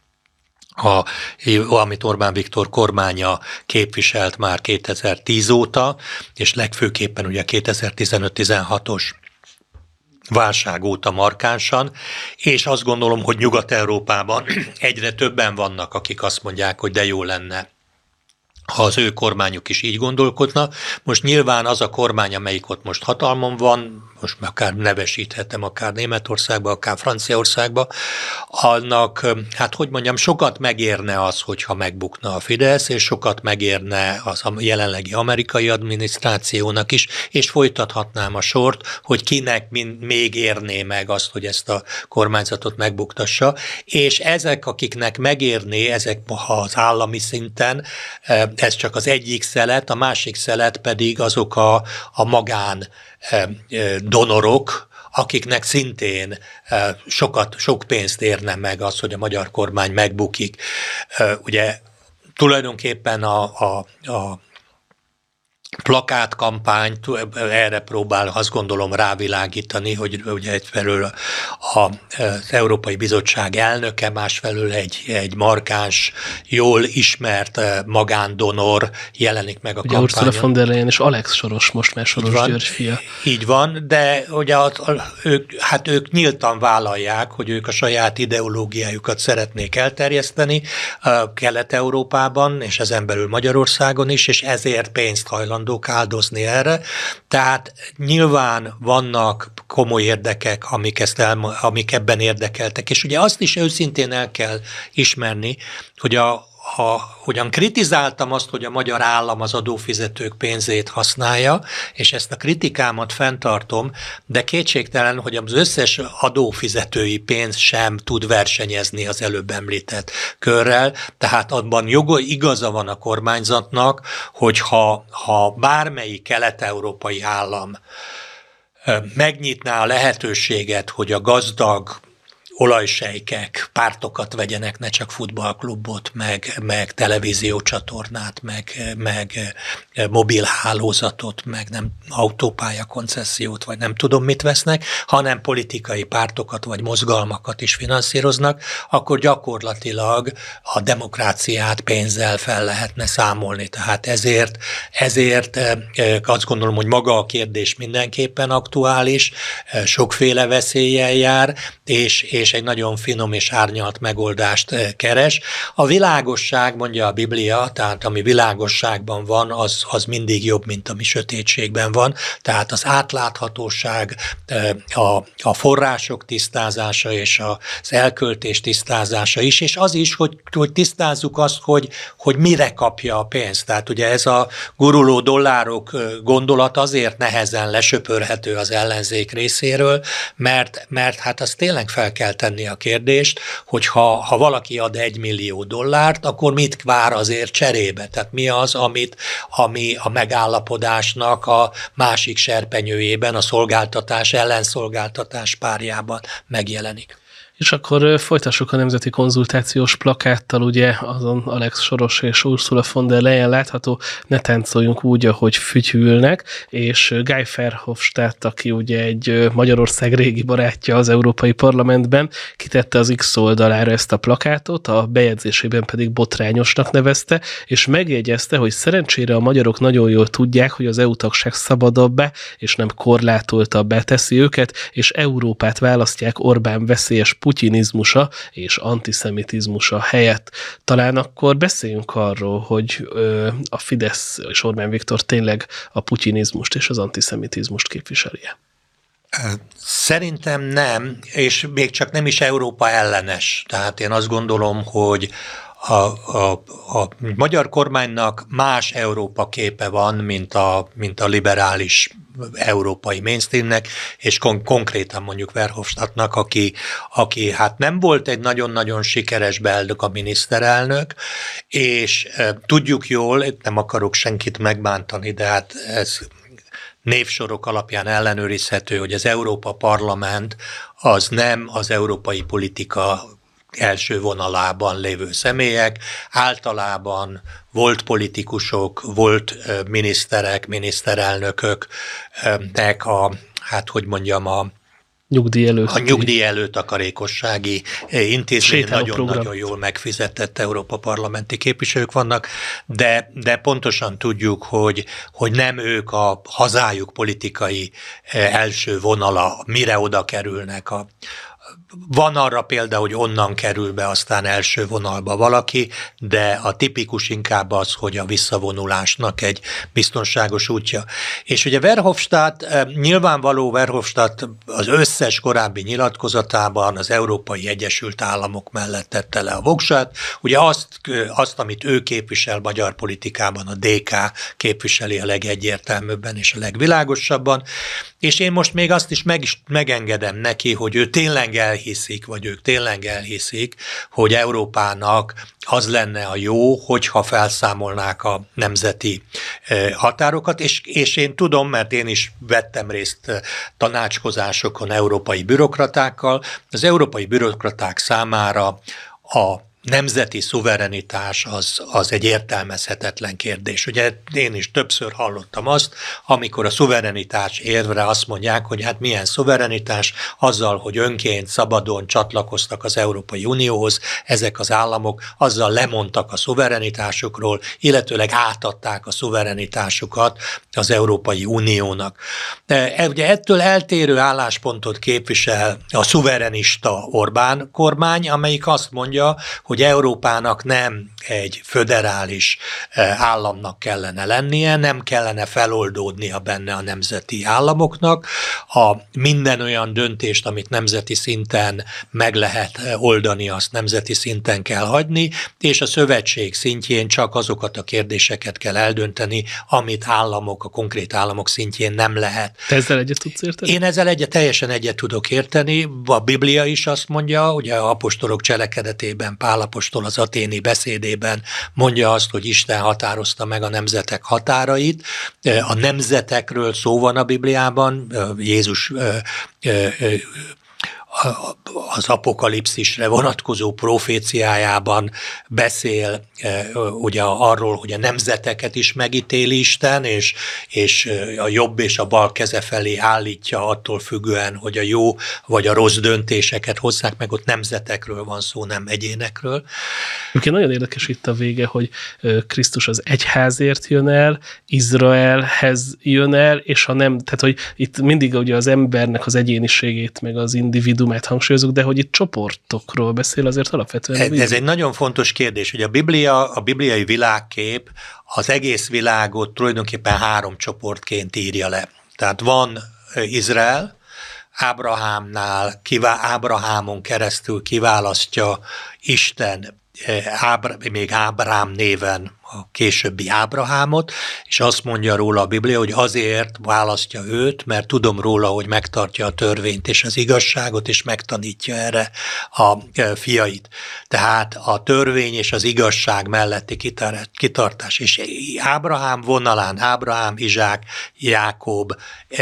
A, amit Orbán Viktor kormánya képviselt már kétezer-tíz óta, és legfőképpen ugye kétezer-tizenöt-tizenhatos válság óta markánsan, és azt gondolom, hogy Nyugat-Európában egyre többen vannak, akik azt mondják, hogy de jó lenne, ha az ő kormányuk is így gondolkodna. Most nyilván az a kormány, amelyik ott most hatalmon van, most akár nevesíthetem, akár Németországba, akár Franciaországba, annak, hát hogy mondjam, sokat megérne az, hogyha megbukna a Fidesz, és sokat megérne az a jelenlegi amerikai adminisztrációnak is, és folytathatnám a sort, hogy kinek még érné meg azt, hogy ezt a kormányzatot megbuktassa, és ezek, akiknek megérné, ezek ha az állami szinten, ez csak az egyik szelet, a másik szelet pedig azok a, a magán donorok, akiknek szintén sokat, sok pénzt érne meg az, hogy a magyar kormány megbukik. Ugye tulajdonképpen a, a, a plakátkampány erre próbál, azt gondolom, rávilágítani, hogy ugye egyfelől az Európai Bizottság elnöke, másfelől egy, egy markáns, jól ismert magándonor jelenik meg a ugye kampányon. Ursula von der Leyen és Alex Soros, most már Soros van, György fia. Így van, de ugye az, ők, hát ők nyíltan vállalják, hogy ők a saját ideológiájukat szeretnék elterjeszteni Kelet-Európában, és ezen belül Magyarországon is, és ezért pénzt hajlandók áldozni erre. Tehát nyilván vannak komoly érdekek, amik, ezt el, amik ebben érdekeltek, és ugye azt is őszintén el kell ismerni, hogy a Ha ugyan kritizáltam azt, hogy a magyar állam az adófizetők pénzét használja, és ezt a kritikámat fenntartom, de kétségtelen, hogy az összes adófizetői pénz sem tud versenyezni az előbb említett körrel, tehát abban joga, igaza van a kormányzatnak, hogy ha, ha bármelyik kelet-európai állam megnyitná a lehetőséget, hogy a gazdag olajsejkek pártokat vegyenek, ne csak futballklubot, meg, meg televíziócsatornát, meg, meg mobilhálózatot, meg nem autópálya koncessziót, vagy nem tudom mit vesznek, hanem politikai pártokat vagy mozgalmakat is finanszíroznak, akkor gyakorlatilag a demokráciát pénzzel fel lehetne számolni. Tehát ezért, ezért azt gondolom, hogy maga a kérdés mindenképpen aktuális, sokféle veszéllyel jár, és, és egy nagyon finom és árnyalt megoldást keres. A világosság, mondja a Biblia, tehát ami világosságban van, az, az mindig jobb, mint ami sötétségben van. Tehát az átláthatóság, a, a források tisztázása és az elköltés tisztázása is, és az is, hogy, hogy tisztázzuk azt, hogy, hogy mire kapja a pénzt. Tehát ugye ez a guruló dollárok gondolat azért nehezen lesöpörhető az ellenzék részéről, mert, mert hát az tényleg fel kell tenni a kérdést, hogy ha, ha valaki ad egy millió dollárt, akkor mit vár azért cserébe? Tehát mi az, amit, ami a megállapodásnak a másik serpenyőjében, a szolgáltatás, ellenszolgáltatás párjában megjelenik. És akkor folytassuk a nemzeti konzultációs plakáttal, ugye azon Alex Soros és Ursula von der Leyen látható, ne táncoljunk úgy, ahogy fütyülnek, és Guy Verhofstadt, aki ugye egy Magyarország régi barátja az Európai Parlamentben, kitette az X oldalára ezt a plakátot, a bejegyzésében pedig botrányosnak nevezte, és megjegyezte, hogy szerencsére a magyarok nagyon jól tudják, hogy az é u-tagság szabadabbá és nem korlátoltabbá teszi őket, és Európát választják Orbán veszélyes putyinizmusa és antiszemitizmusa helyett. Talán akkor beszéljünk arról, hogy ö, a Fidesz és Orbán Viktor tényleg a putyinizmust és az antiszemitizmust képviseli-e? Szerintem nem, és még csak nem is Európa ellenes. Tehát én azt gondolom, hogy a, a, a magyar kormánynak más Európa képe van, mint a, mint a liberális európai mainstreamnek, és kon- konkrétan mondjuk Verhofstadtnak, aki, aki hát nem volt egy nagyon-nagyon sikeres belga miniszterelnök, és e, tudjuk jól, nem akarok senkit megbántani, de hát ez névsorok alapján ellenőrizhető, hogy az Európa Parlament az nem az európai politika első vonalában lévő személyek, általában volt politikusok, volt miniszterek, miniszterelnököknek a, hát hogy mondjam, a nyugdíj előtt. A nyugdíj előtt takarékossági intézmény nagyon-nagyon jól megfizetett Európa parlamenti képviselők vannak, de, de pontosan tudjuk, hogy, hogy nem ők a hazájuk politikai első vonala, mire oda kerülnek a van arra példa, hogy onnan kerül be aztán első vonalba valaki, de a tipikus inkább az, hogy a visszavonulásnak egy biztonságos útja. És ugye Verhofstadt, nyilvánvaló Verhofstadt az összes korábbi nyilatkozatában az Európai Egyesült Államok mellett tette le a voksát. Ugye azt, azt, amit ő képvisel magyar politikában, a dé ká képviseli a legegyértelműbben és a legvilágosabban, és én most még azt is meg, megengedem neki, hogy ő tényleg elhiszik, vagy ők tényleg elhiszik, hogy Európának az lenne a jó, hogyha felszámolnák a nemzeti határokat, és, és én tudom, mert én is vettem részt tanácskozásokon európai bürokratákkal, az európai bürokraták számára a nemzeti szuverenitás az, az egy értelmezhetetlen kérdés. Ugye én is többször hallottam azt, amikor a szuverenitás érvre azt mondják, hogy hát milyen szuverenitás, azzal, hogy önként szabadon csatlakoztak az Európai Unióhoz, ezek az államok azzal lemondtak a szuverenitásukról, illetőleg átadták a szuverenitásukat az Európai Uniónak. De ugye ettől eltérő álláspontot képvisel a szuverenista Orbán kormány, amelyik azt mondja, hogy Európának nem egy föderális államnak kellene lennie, nem kellene feloldódnia benne a nemzeti államoknak. A minden olyan döntést, amit nemzeti szinten meg lehet oldani, azt nemzeti szinten kell hagyni, és a szövetség szintjén csak azokat a kérdéseket kell eldönteni, amit államok, a konkrét államok szintjén nem lehet. Te ezzel egyet tudsz érteni? Én ezzel egyet, teljesen egyet tudok érteni. A Biblia is azt mondja, ugye a apostolok cselekedetében Pál apostol az athéni beszédében mondja azt, hogy Isten határozta meg a nemzetek határait. A nemzetekről szó van a Bibliában, Jézus az apokalipszisre vonatkozó proféciájában beszél ugye arról, hogy a nemzeteket is megítéli Isten, és, és a jobb és a bal keze felé állítja attól függően, hogy a jó vagy a rossz döntéseket hozzák meg, ott nemzetekről van szó, nem egyénekről. Ugye nagyon érdekes itt a vége, hogy Krisztus az egyházért jön el, Izraelhez jön el, és ha nem, tehát hogy itt mindig ugye az embernek az egyéniségét, meg az individumát hangsúlyozunk, de hogy itt csoportokról beszél azért alapvetően. Ez, ez egy nagyon fontos kérdés, hogy a Biblia, a bibliai világkép az egész világot tulajdonképpen három csoportként írja le. Tehát van Izrael, Ábrahámnál, kivá, Ábrahámon keresztül kiválasztja Isten Ábra, még Ábrám néven a későbbi Ábrahámot, és azt mondja róla a Biblia, hogy azért választja őt, mert tudom róla, hogy megtartja a törvényt és az igazságot, és megtanítja erre a fiait. Tehát a törvény és az igazság melletti kitartás. És Ábrahám vonalán, Ábrahám, Izsák, Jákob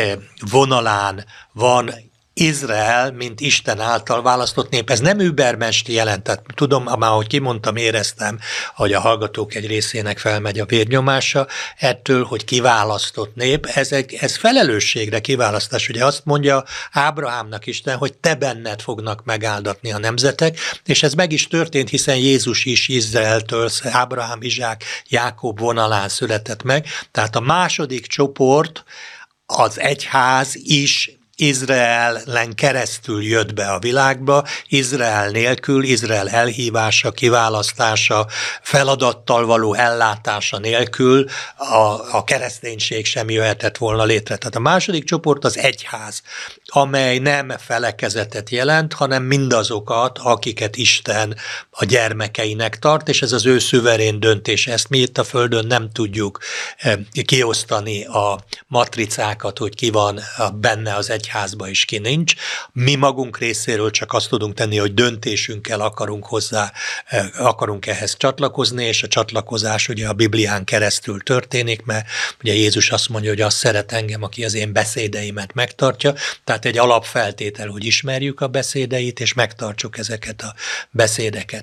vonalán van Izrael, mint Isten által választott nép. Ez nem übermest jelent, tehát tudom, már ahogy kimondtam, éreztem, hogy a hallgatók egy részének felmegy a vérnyomása ettől, hogy kiválasztott nép. Ez, egy, ez felelősségre kiválasztás. Ugye azt mondja Ábrahámnak Isten, hogy te benned fognak megáldatni a nemzetek, és ez meg is történt, hiszen Jézus is Izraeltől, Ábrahám, Izsák, Jákob vonalán született meg. Tehát a második csoport, az egyház is Izraelen keresztül jött be a világba, Izrael nélkül, Izrael elhívása, kiválasztása, feladattal való ellátása nélkül a, a kereszténység sem jöhetett volna létre. Tehát a második csoport az egyház, amely nem felekezetet jelent, hanem mindazokat, akiket Isten a gyermekeinek tart, és ez az ő szüverén döntése. Ezt mi itt a Földön nem tudjuk kiosztani a matricákat, hogy ki van benne az egyházba és ki nincs. Mi magunk részéről csak azt tudunk tenni, hogy döntésünkkel akarunk hozzá, akarunk ehhez csatlakozni, és a csatlakozás ugye a Biblián keresztül történik, mert ugye Jézus azt mondja, hogy azt szeret engem, aki az én beszédeimet megtartja, tehát egy alapfeltétel, hogy ismerjük a beszédeit, és megtartsuk ezeket a beszédeket.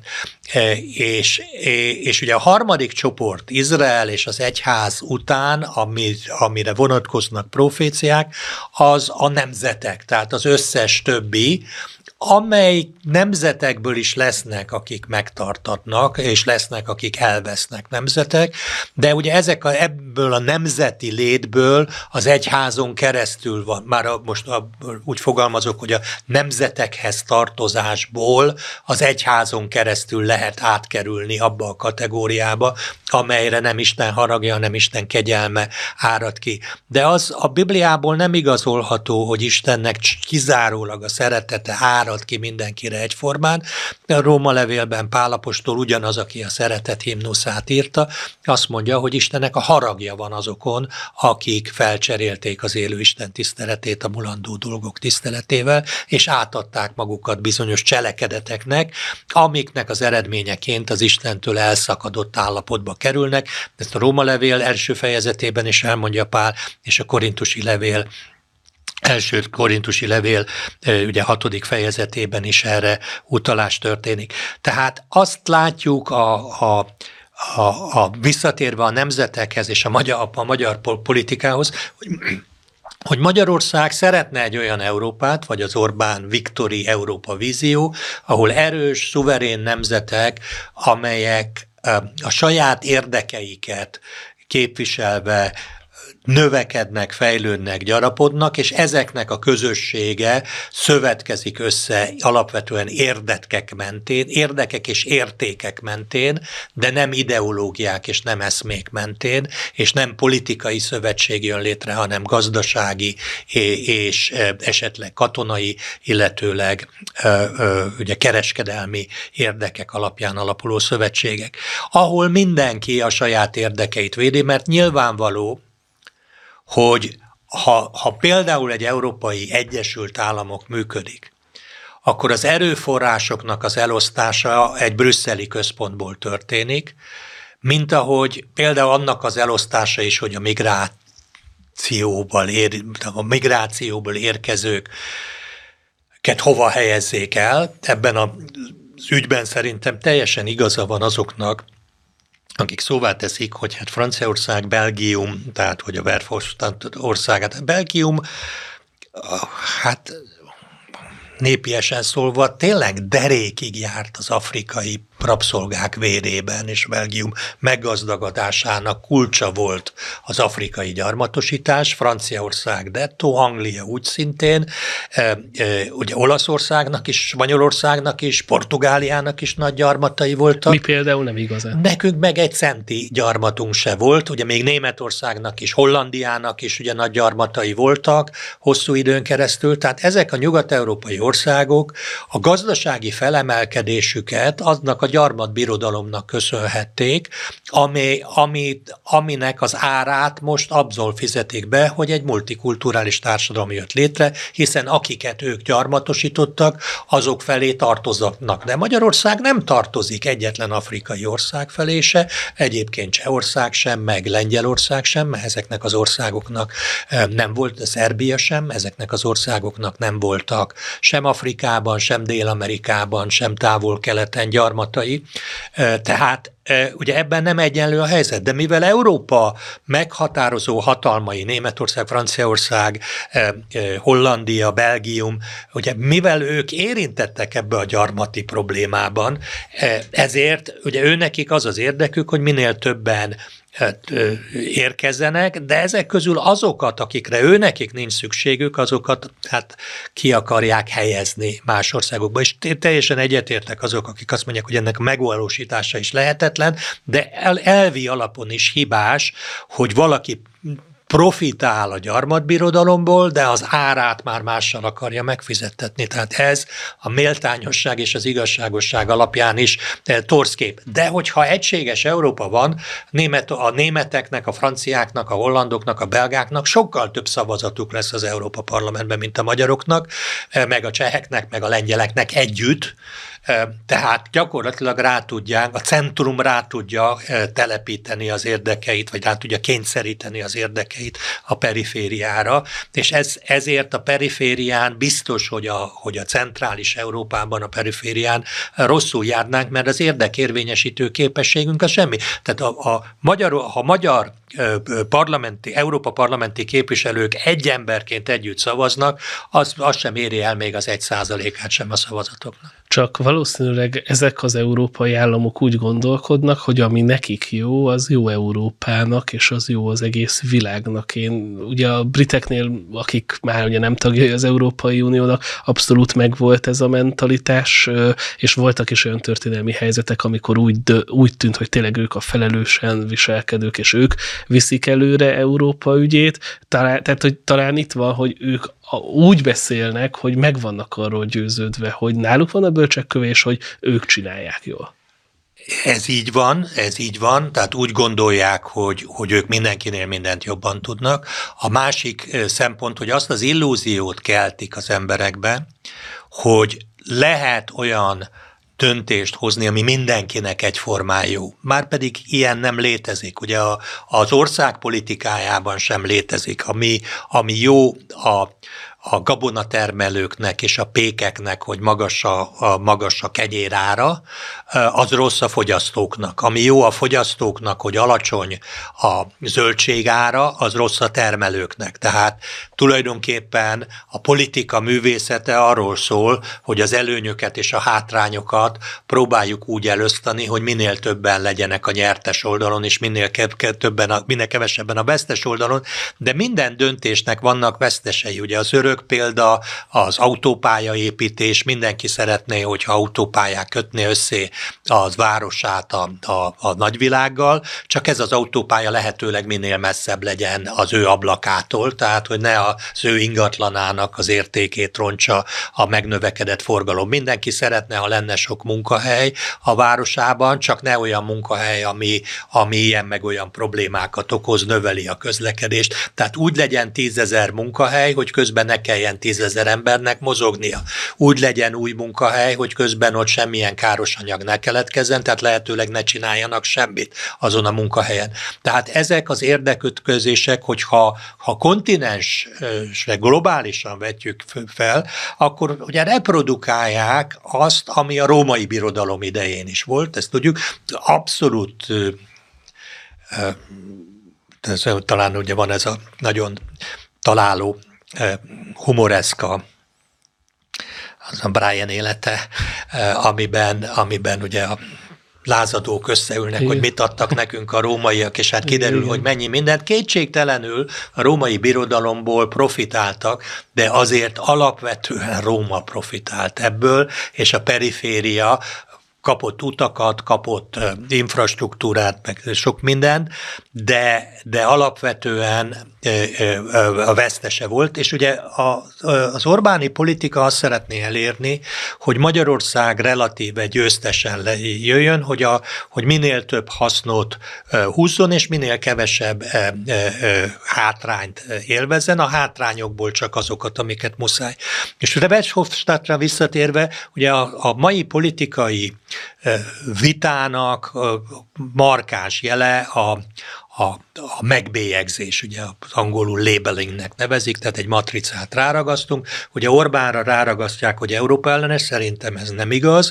És, és ugye a harmadik csoport, Izrael és az egyház után, ami, amire vonatkoznak proféciák, az a nemzetek, tehát az összes többi, amely nemzetekből is lesznek, akik megtartatnak, és lesznek, akik elvesznek nemzetek, de ugye ezek a, ebből a nemzeti létből az egyházon keresztül van, már a, most a, úgy fogalmazok, hogy a nemzetekhez tartozásból az egyházon keresztül lehet átkerülni abba a kategóriába, amelyre nem Isten haragja, nem Isten kegyelme árad ki. De az a Bibliából nem igazolható, hogy Istennek kizárólag a szeretete árad ki mindenkire egyformán. A Róma levélben Pál apostol ugyanaz, aki a szeretet himnuszát írta, azt mondja, hogy Istennek a haragja van azokon, akik felcserélték az élő Isten tiszteletét a mulandó dolgok tiszteletével, és átadták magukat bizonyos cselekedeteknek, amiknek az eredményeként az Istentől elszakadott állapotba kerülnek. Ezt a Róma levél első fejezetében is elmondja Pál, és a korintusi levél első korintusi levél ugye hatodik fejezetében is erre utalás történik. Tehát azt látjuk a, a, a, a visszatérve a nemzetekhez és a magyar, a magyar politikához, hogy hogy Magyarország szeretne egy olyan Európát, vagy az Orbán Viktori Európa vízió, ahol erős, szuverén nemzetek, amelyek a saját érdekeiket képviselve növekednek, fejlődnek, gyarapodnak, és ezeknek a közössége szövetkezik össze alapvetően érdekek mentén, érdekek és értékek mentén, de nem ideológiák és nem eszmék mentén, és nem politikai szövetség jön létre, hanem gazdasági és esetleg katonai, illetőleg ugye kereskedelmi érdekek alapján alapuló szövetségek, ahol mindenki a saját érdekeit védi, mert nyilvánvaló, hogy ha, ha például egy Európai Egyesült Államok működik, akkor az erőforrásoknak az elosztása egy brüsszeli központból történik, mint ahogy például annak az elosztása is, hogy a migrációból, ér, a migrációból érkezőket hova helyezzék el. Ebben az ügyben szerintem teljesen igaza van azoknak, akik szóvá teszik, hogy hát Franciaország, Belgium, tehát hogy a Verhofstadt országát, Belgium, hát népiesen szólva tényleg derékig járt az afrikai rabszolgák vérében, és Belgium meggazdagodásának kulcsa volt az afrikai gyarmatosítás, Franciaország dettó, Anglia úgy szintén, e, e, ugye Olaszországnak is, Spanyolországnak is, Portugáliának is nagy gyarmatai voltak. Mi például nem igazán. Nekünk meg egy centi gyarmatunk se volt, ugye még Németországnak is, Hollandiának is ugye nagy gyarmatai voltak hosszú időn keresztül, tehát ezek a nyugat-európai országok a gazdasági felemelkedésüket aznak a gyarmatbirodalomnak köszönhették, ami, amit, aminek az árát most abból fizetik be, hogy egy multikulturális társadalom jött létre, hiszen akiket ők gyarmatosítottak, azok felé tartoznak. De Magyarország nem tartozik egyetlen afrikai ország felé se, egyébként Csehország sem, meg Lengyelország sem, mert ezeknek az országoknak nem volt, de Szerbia sem, ezeknek az országoknak nem voltak sem Afrikában, sem Dél-Amerikában, sem Távol-Keleten gyarmatai. Tehát ugye ebben nem egyenlő a helyzet, de mivel Európa meghatározó hatalmai, Németország, Franciaország, Hollandia, Belgium, ugye mivel ők érintettek ebbe a gyarmati problémában, ezért ugye őnekik az az érdekük, hogy minél többen érkezzenek, de ezek közül azokat, akikre őnekik nincs szükségük, azokat hát ki akarják helyezni más országokba. És teljesen egyetértek azok, akik azt mondják, hogy ennek a megvalósítása is lehetetlen, de el, elvi alapon is hibás, hogy valaki profitál a gyarmatbirodalomból, de az árát már mással akarja megfizettetni. Tehát ez a méltányosság és az igazságosság alapján is torszkép. De hogyha egységes Európa van, a németeknek, a franciáknak, a hollandoknak, a belgáknak sokkal több szavazatuk lesz az Európa Parlamentben, mint a magyaroknak, meg a cseheknek, meg a lengyeleknek együtt, Tehát gyakorlatilag rá tudják, a centrum rá tudja telepíteni az érdekeit, vagy rá tudja kényszeríteni az érdekeit a perifériára, és ez, ezért a periférián biztos, hogy a, hogy a centrális Európában, a periférián rosszul járnánk, mert az érdekérvényesítő képességünk az semmi. Tehát a, a magyar, ha magyar parlamenti, Európa parlamenti képviselők egy emberként együtt szavaznak, az, az sem éri el még az egy százalékát sem a szavazatoknak. Csak valószínűleg ezek az európai államok úgy gondolkodnak, hogy ami nekik jó, az jó Európának, és az jó az egész világnak. Én ugye a briteknél, akik már ugye nem tagjai az Európai Uniónak, abszolút megvolt ez a mentalitás, és voltak is olyan történelmi helyzetek, amikor úgy, úgy tűnt, hogy tényleg ők a felelősen viselkedők, és ők viszik előre Európa ügyét. Talán, tehát, hogy talán itt van, hogy ők úgy beszélnek, hogy meg vannak arról győződve, hogy náluk van a bölcsekköve, és hogy ők csinálják jól. Ez így van, ez így van, tehát úgy gondolják, hogy, hogy ők mindenkinél mindent jobban tudnak. A másik szempont, hogy azt az illúziót keltik az emberekbe, hogy lehet olyan döntést hozni, ami mindenkinek egyformán jó. Márpedig ilyen nem létezik. Ugye a, az ország politikájában sem létezik. Ami, ami jó a, a gabonatermelőknek és a pékeknek, hogy magas a, a, magas a kegyérára, az rossz a fogyasztóknak. Ami jó a fogyasztóknak, hogy alacsony a zöldségára, az rossz a termelőknek. Tehát tulajdonképpen a politika művészete arról szól, hogy az előnyöket és a hátrányokat próbáljuk úgy elosztani, hogy minél többen legyenek a nyertes oldalon, és minél, ke- többen a, minél kevesebben a vesztes oldalon, de minden döntésnek vannak vesztesei. Ugye az örök példa az autópályaépítés, mindenki szeretné, hogyha autópályák kötné össze az városát a, a, a nagyvilággal, csak ez az autópálya lehetőleg minél messzebb legyen az ő ablakától, tehát hogy ne az ő ingatlanának az értékét rontsa a megnövekedett forgalom. Mindenki szeretne, ha lenne sok munkahely a városában, csak ne olyan munkahely, ami, ami ilyen meg olyan problémákat okoz, növeli a közlekedést. Tehát úgy legyen tízezer munkahely, hogy közben ne kelljen tízezer embernek mozognia. Úgy legyen új munkahely, hogy közben ott semmilyen káros anyag ne keletkezzen, tehát lehetőleg ne csináljanak semmit azon a munkahelyen. Tehát ezek az érdekütközések, hogyha ha kontinensre globálisan vetjük fel, akkor ugye reprodukálják azt, ami a római birodalom idején is volt, ezt tudjuk, abszolút talán ugye van ez a nagyon találó humoreszka, az a Brian élete, amiben, amiben ugye a lázadók összeülnek, igen, hogy mit adtak nekünk a rómaiak, és hát kiderül, igen, hogy mennyi mindent. Kétségtelenül a római birodalomból profitáltak, de azért alapvetően Róma profitált ebből, és a periféria kapott utakat, kapott infrastruktúrát, meg sok mindent, de, de alapvetően a vesztese volt, és ugye az Orbáni politika azt szeretné elérni, hogy Magyarország relatíve győztesen jöjjön, hogy, a, hogy minél több hasznot húzzon, és minél kevesebb hátrányt élvezzen, a hátrányokból csak azokat, amiket muszáj. És Verhofstadtra visszatérve, ugye a, a mai politikai vitának markáns jele a, a, a megbélyegzés, ugye az angolul labelingnek nevezik, tehát egy matricát ráragasztunk. Ugye Orbánra ráragasztják, hogy Európa ellenes, szerintem ez nem igaz.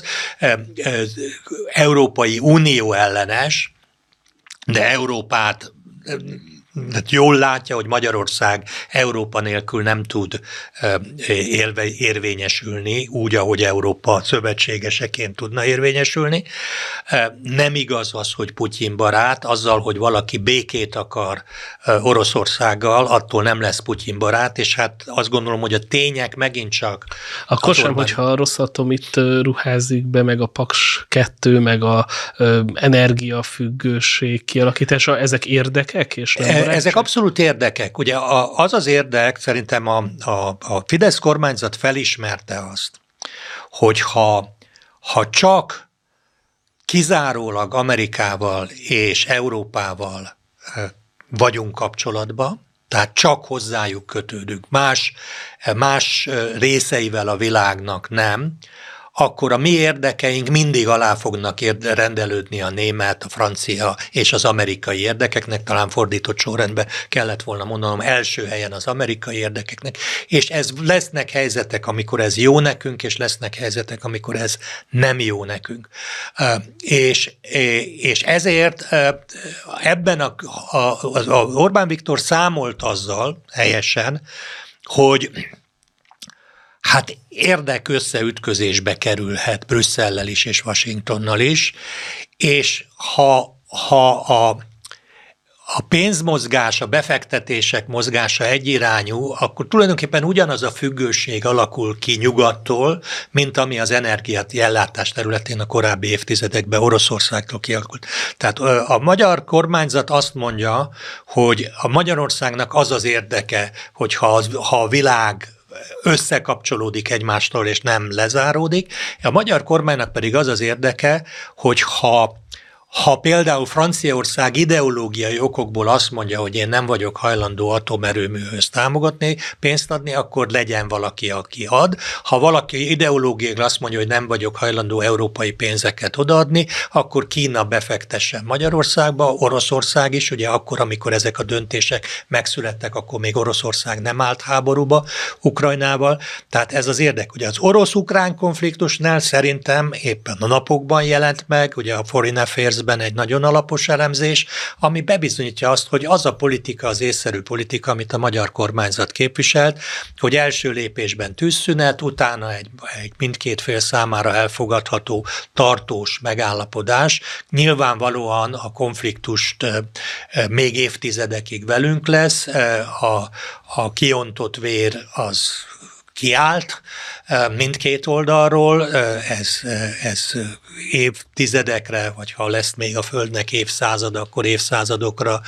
Európai Unió ellenes, de Európát tehát jól látja, hogy Magyarország Európa nélkül nem tud élve, érvényesülni, úgy, ahogy Európa szövetségeseként tudna érvényesülni. Nem igaz az, hogy Putyin barát, azzal, hogy valaki békét akar Oroszországgal, attól nem lesz Putyin barát, és hát azt gondolom, hogy a tények megint csak... Akkor sem, Orbán... hogyha a Rosszatom itt ruházik be, meg a Paks kettő, meg a energiafüggőség kialakítása, ezek érdekek, és nem barátság? Ezek abszolút érdekek. Ugye az az érdek, szerintem a, a, a Fidesz kormányzat felismerte azt, hogy ha, ha csak kizárólag Amerikával és Európával vagyunk kapcsolatban, tehát csak hozzájuk kötődünk, más, más részeivel a világnak nem, akkor a mi érdekeink mindig alá fognak rendelődni a német, a francia és az amerikai érdekeknek, talán fordított sorrendben kellett volna mondanom, első helyen az amerikai érdekeknek, és ez lesznek helyzetek, amikor ez jó nekünk, és lesznek helyzetek, amikor ez nem jó nekünk. És, és ezért ebben a, a, a Orbán Viktor számolt azzal helyesen, hogy hát érdek összeütközésbe kerülhet Brüsszellel is és Washingtonnal is, és ha, ha a, a pénzmozgás, a befektetések mozgása egyirányú, akkor tulajdonképpen ugyanaz a függőség alakul ki nyugattól, mint ami az energiát ellátás területén a korábbi évtizedekben Oroszországtól kialakult. Tehát a magyar kormányzat azt mondja, hogy a Magyarországnak az az érdeke, hogy ha, az, ha a világ összekapcsolódik egymástól, és nem lezáródik. A magyar kormánynak pedig az az érdeke, hogy ha Ha például Franciaország ideológiai okokból azt mondja, hogy én nem vagyok hajlandó atomerőműhöz támogatni, pénzt adni, akkor legyen valaki, aki ad. Ha valaki ideológiailag azt mondja, hogy nem vagyok hajlandó európai pénzeket odaadni, akkor Kína befektessen Magyarországba, Oroszország is, ugye akkor, amikor ezek a döntések megszülettek, akkor még Oroszország nem állt háborúba Ukrajnával. Tehát ez az érdek. Ugye az orosz-ukrán konfliktusnál szerintem éppen a napokban jelent meg, ugye a Foreign Affairs egy nagyon alapos elemzés, ami bebizonyítja azt, hogy az a politika, az észszerű politika, amit a magyar kormányzat képviselt, hogy első lépésben tűzszünet, utána egy, egy mindkét fél számára elfogadható, tartós megállapodás. Nyilvánvalóan a konfliktust még évtizedekig velünk lesz, a, a kiontott vér az kiállt mindkét oldalról, ez, ez évtizedekre, vagy ha lesz még a Földnek évszázad, akkor évszázadokra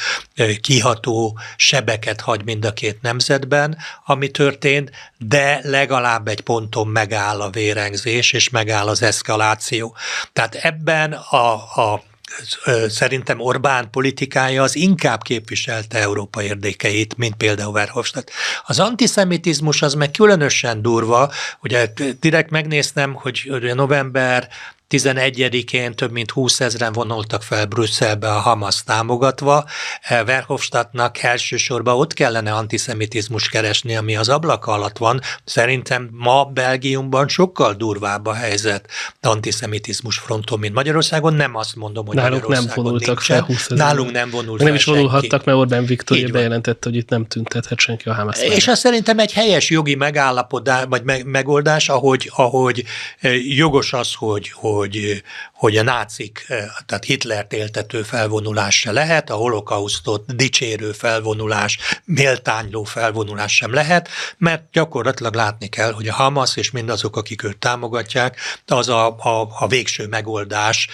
kiható sebeket hagy mind a két nemzetben, ami történt, de legalább egy ponton megáll a vérengzés, és megáll az eszkaláció. Tehát ebben a, a szerintem Orbán politikája az inkább képviselte Európa érdekeit, mint például Verhofstadt. Az antiszemitizmus az meg különösen durva, ugye direkt megnéztem, hogy november tizenegyedikén több mint húszezren vonultak fel Brüsszelbe a Hamas támogatva. Verhofstadtnak elsősorban ott kellene antiszemitizmus keresni, ami az ablak alatt van. Szerintem ma Belgiumban sokkal durvább a helyzet antiszemitizmus fronton, mint Magyarországon. Nem azt mondom, hogy nálunk Magyarországon nem vonultak nincsen. fel húszezer. Nálunk nem vonult nem fel is vonulhattak, senki. mert Orbán Viktor bejelentette, hogy itt nem tüntethet senki a Hamas. És ez szerintem egy helyes jogi megállapodás, vagy megoldás, ahogy, ahogy jogos az, hogy, hogy Hogy, hogy a nácik, tehát Hitlert éltető felvonulás se lehet, a holokausztot dicsérő felvonulás, méltányló felvonulás sem lehet, mert gyakorlatilag látni kell, hogy a Hamas és mindazok, akik őt támogatják, az a, a, a végső megoldás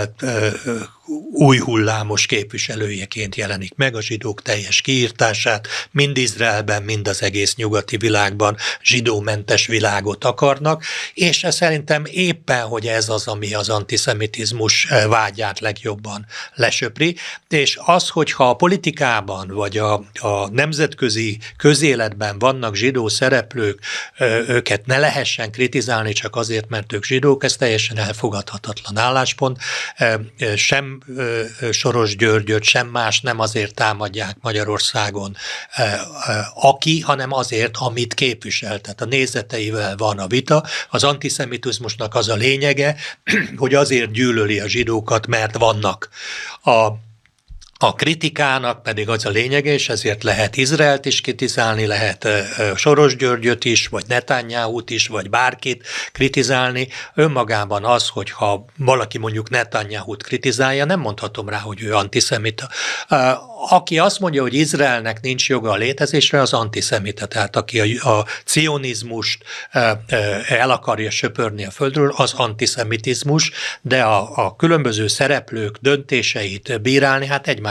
új hullámos képviselőjeként jelenik meg, a zsidók teljes kiírtását, mind Izraelben, mind az egész nyugati világban zsidómentes világot akarnak, és szerintem éppen, hogy ez az, ami az antiszemitizmus vágyát legjobban lesöpri, és az, hogyha a politikában, vagy a, a nemzetközi közéletben vannak zsidó szereplők, őket ne lehessen kritizálni csak azért, mert ők zsidók, ez teljesen elfogadhatatlan álláspont, sem Soros Györgyöt, sem más nem azért támadják Magyarországon, aki, hanem azért, amit képvisel. Tehát a nézeteivel van a vita. Az antiszemitizmusnak az a lényege, hogy azért gyűlöli a zsidókat, mert vannak. A A kritikának pedig az a lényege, és ezért lehet Izraelt is kritizálni, lehet Soros Györgyöt is, vagy Netanyahut is, vagy bárkit kritizálni. Önmagában az, hogyha valaki mondjuk Netanyahut kritizálja, nem mondhatom rá, hogy ő antiszemita. Aki azt mondja, hogy Izraelnek nincs joga a létezésre, az antiszemita. Tehát aki a, a cionizmust el akarja söpörni a földről, az antiszemitizmus, de a, a különböző szereplők döntéseit bírálni, hát egymás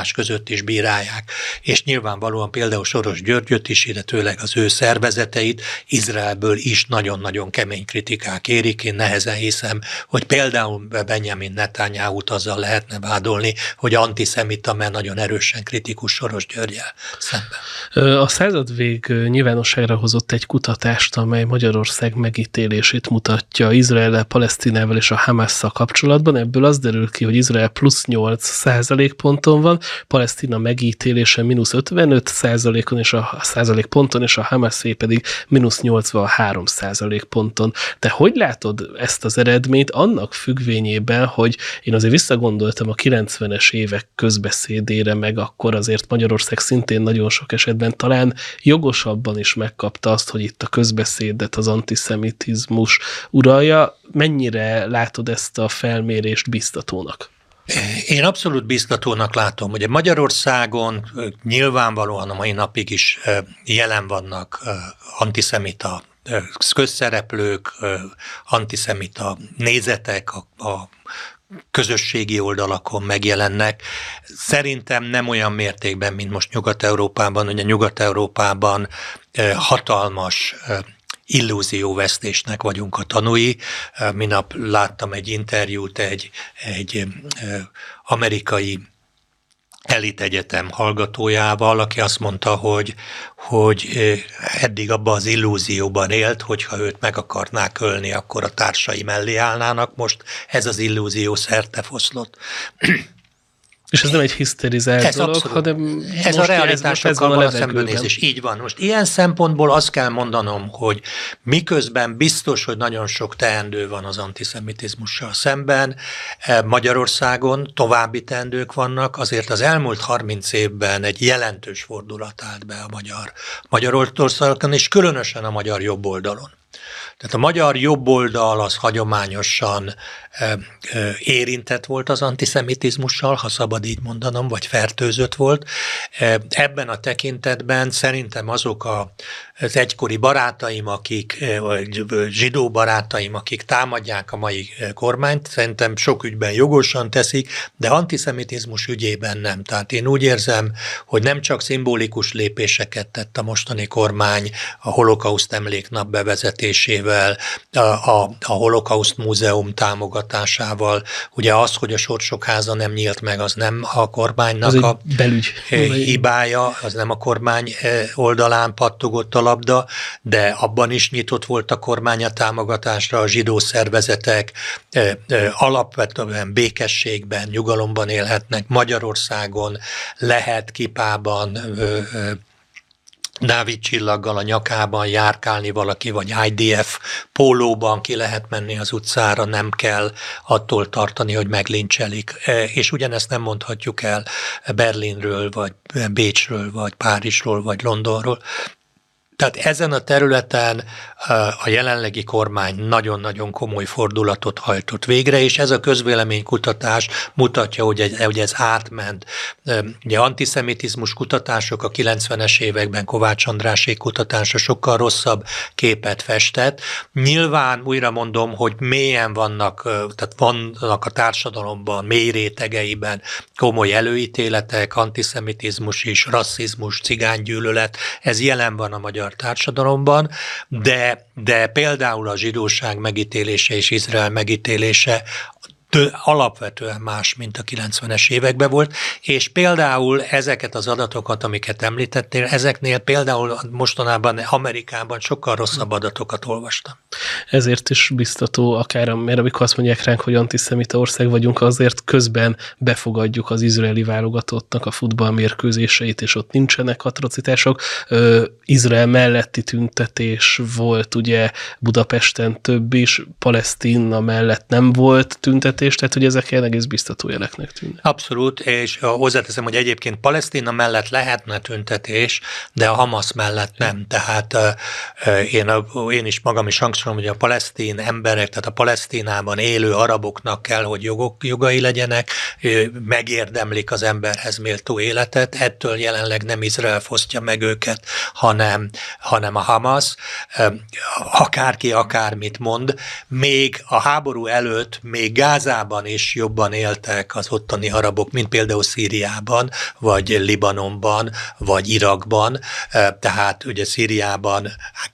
egymás között is bírálják. És nyilvánvalóan például Soros Györgyöt is, illetőleg az ő szervezeteit Izraelből is nagyon-nagyon kemény kritikák érik. Én nehezen hiszem, hogy például Benjamin Netanyahut azzal lehetne vádolni, hogy antiszemita, mert nagyon erősen kritikus Soros Györggyel szemben. A századvég nyilvánosságra hozott egy kutatást, amely Magyarország megítélését mutatja Izraellel, Palesztinával és a Hamasszal kapcsolatban. Ebből az derül ki, hogy Izrael plusz nyolc százalékponton van, Palesztina megítélése mínusz ötvenöt százalékon és a százalékponton, és a Hamasszé pedig mínusz nyolcvanhárom százalékponton. Te hogy látod ezt az eredményt annak függvényében, hogy én azért visszagondoltam a kilencvenes évek közbeszédére, meg akkor azért Magyarország szintén nagyon sok esetben talán jogosabban is megkapta azt, hogy itt a közbeszédet az antiszemitizmus uralja. Mennyire látod ezt a felmérést biztatónak? Én abszolút biztatónak látom, hogy Magyarországon nyilvánvalóan a mai napig is jelen vannak antiszemita közszereplők, antiszemita nézetek, a, a közösségi oldalakon megjelennek. Szerintem nem olyan mértékben, mint most Nyugat-Európában. Ugye Nyugat-Európában hatalmas illúzióvesztésnek vagyunk a tanúi. Minap láttam egy interjút egy, egy amerikai elitegyetem hallgatójával, aki azt mondta, hogy, hogy eddig abban az illúzióban élt, hogyha őt meg akarnák ölni, akkor a társai mellé állnának. Most ez az illúzió szertefoszlott. És ez nem egy hiszterizált ez dolog, abszolút. hanem ez a realitásokkal való szembenézés. Így van. Most ilyen szempontból azt kell mondanom, hogy miközben biztos, hogy nagyon sok teendő van az antiszemitizmussal szemben, Magyarországon további teendők vannak, azért az elmúlt harminc évben egy jelentős fordulat állt be a magyar Magyarországon, és különösen a magyar jobboldalon. Tehát a magyar jobboldal az hagyományosan e, e, érintett volt az antiszemitizmussal, ha szabad így mondanom, vagy fertőzött volt. E, ebben a tekintetben szerintem azok a, az egykori barátaim, akik, vagy zsidó barátaim, akik támadják a mai kormányt, szerintem sok ügyben jogosan teszik, de antiszemitizmus ügyében nem. Tehát én úgy érzem, hogy nem csak szimbolikus lépéseket tett a mostani kormány a holokauszt emléknap bevezetésével, a, a, a Holokauszt Múzeum támogatásával. Ugye az, hogy a Sorsok háza nem nyílt meg, az nem a kormánynak a belügy. hibája, az nem a kormány oldalán pattogott a labda, de abban is nyitott volt a kormány a támogatásra, a zsidó szervezetek alapvetően békességben, nyugalomban élhetnek. Magyarországon lehet kipában, Dávid csillaggal a nyakában járkálni valaki, vagy I D F pólóban ki lehet menni az utcára, nem kell attól tartani, hogy meglincselik. És ugyanezt nem mondhatjuk el Berlinről, vagy Bécsről, vagy Párizsról, vagy Londonról. Tehát ezen a területen a jelenlegi kormány nagyon-nagyon komoly fordulatot hajtott végre, és ez a közvéleménykutatás mutatja, hogy ez, hogy ez átment. Ugye antiszemitizmus kutatások a kilencvenes években Kovács Andrásék kutatása sokkal rosszabb képet festett. Nyilván újra mondom, hogy mélyen vannak, tehát vannak a társadalomban, mély rétegeiben komoly előítéletek, antiszemitizmus is, rasszizmus, cigánygyűlölet, ez jelen van a magyar társadalomban, de, de például a zsidóság megítélése és Izrael megítélése alapvetően más, mint a kilencvenes években volt, és például ezeket az adatokat, amiket említettél, ezeknél például mostanában Amerikában sokkal rosszabb adatokat olvastam. Ezért is biztató akár, mert amikor azt mondják ránk, hogy antiszemita ország vagyunk, azért közben befogadjuk az izraeli válogatottnak a futballmérkőzéseit, és ott nincsenek atrocitások. Izrael melletti tüntetés volt ugye Budapesten több is, Palesztina mellett nem volt tüntetés, tehát hogy ezek ilyen egész biztató jeleknek tűnnek. Abszolút, és hozzáteszem, hogy egyébként Palesztina mellett lehetne tüntetés, de a Hamasz mellett nem. Tehát én, én is magam is hangsúlyom, hogy a palesztin emberek, tehát a Palesztinában élő araboknak kell, hogy jogok, jogai legyenek, megérdemlik az emberhez méltó életet, ettől jelenleg nem Izrael fosztja meg őket, hanem, hanem a Hamasz. Akárki akármit mond, még a háború előtt, még Gázában Gázában is jobban éltek az ottani arabok, mint például Szíriában, vagy Libanonban, vagy Irakban. Tehát ugye Szíriában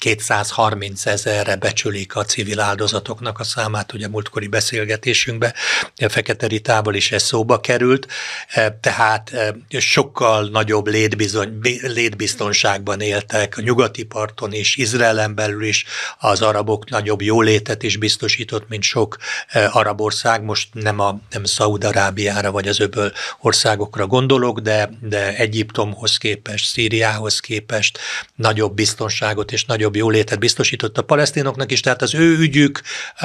kétszázharmincezerre becsülik a civil áldozatoknak a számát, ugye múltkori beszélgetésünkben Fekete Ritával is ez szóba került, tehát sokkal nagyobb létbizony, létbiztonságban éltek a nyugati parton is, Izraelen belül is, az arabok nagyobb jólétet is biztosított, mint sok arab ország. Most nem a nem Szaúd-Arábiára vagy az öböl országokra gondolok, de, de Egyiptomhoz képest, Szíriához képest nagyobb biztonságot és nagyobb jólétet biztosított a palesztinoknak is, tehát az ő ügyük,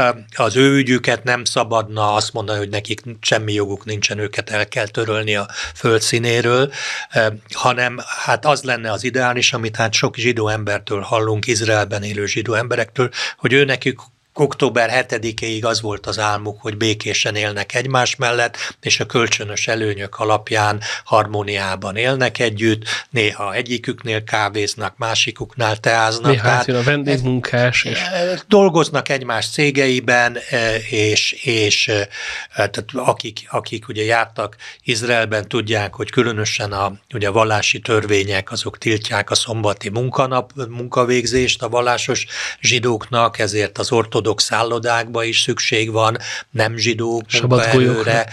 az ő ügyüket nem szabadna azt mondani, hogy nekik semmi joguk nincsen, őket el kell törölni a földszínéről, hanem hát az lenne az ideális, amit hát sok zsidó embertől hallunk, Izraelben élő zsidó emberektől, hogy ő nekik október hetedikéig az volt az álmuk, hogy békésen élnek egymás mellett, és a kölcsönös előnyök alapján harmóniában élnek együtt, néha egyiküknél kávéznak, másikuknál teáznak. Néha tehát jön a vendégmunkás. És... dolgoznak egymás cégeiben, és, és tehát akik, akik ugye jártak Izraelben, tudják, hogy különösen a ugye a vallási törvények, azok tiltják a szombati munkanap, munkavégzést a vallásos zsidóknak, ezért az ortodox szállodákba is szükség van, nem zsidó munkaerőre,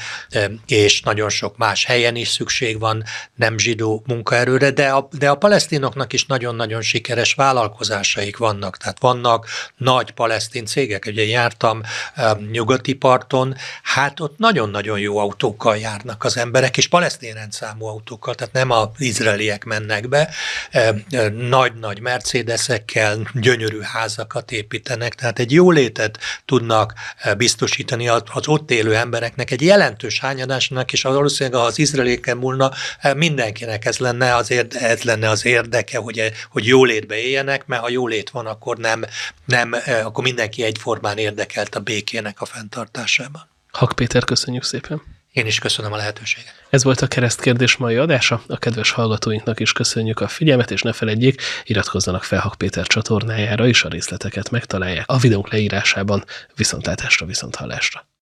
és nagyon sok más helyen is szükség van nem zsidó munkaerőre, de a, de a palesztinoknak is nagyon-nagyon sikeres vállalkozásaik vannak. Tehát vannak nagy palesztin cégek, ugye jártam um, nyugati parton, hát ott nagyon-nagyon jó autókkal járnak az emberek, és palesztin rendszámú autókkal, tehát nem az izraeliek mennek be, um, nagy-nagy Mercedesekkel, gyönyörű házakat építenek, tehát egy jó létet tudnak biztosítani az ott élő embereknek, egy jelentős hányadásnak, és valószínűleg az izraelieken múlna, mindenkinek ez lenne az, érde, ez lenne az érdeke, hogy, hogy jólétbe éljenek, mert ha jólét van, akkor, nem, nem, akkor mindenki egyformán érdekelt a békének a fenntartásában. Hak Péter, köszönjük szépen! Én is köszönöm a lehetőséget. Ez volt a Keresztkérdés mai adása. A kedves hallgatóinknak is köszönjük a figyelmet, és ne feledjék, iratkozzanak fel Hak Péter csatornájára, és a részleteket megtalálják a videónk leírásában. Viszontlátásra, viszonthallásra.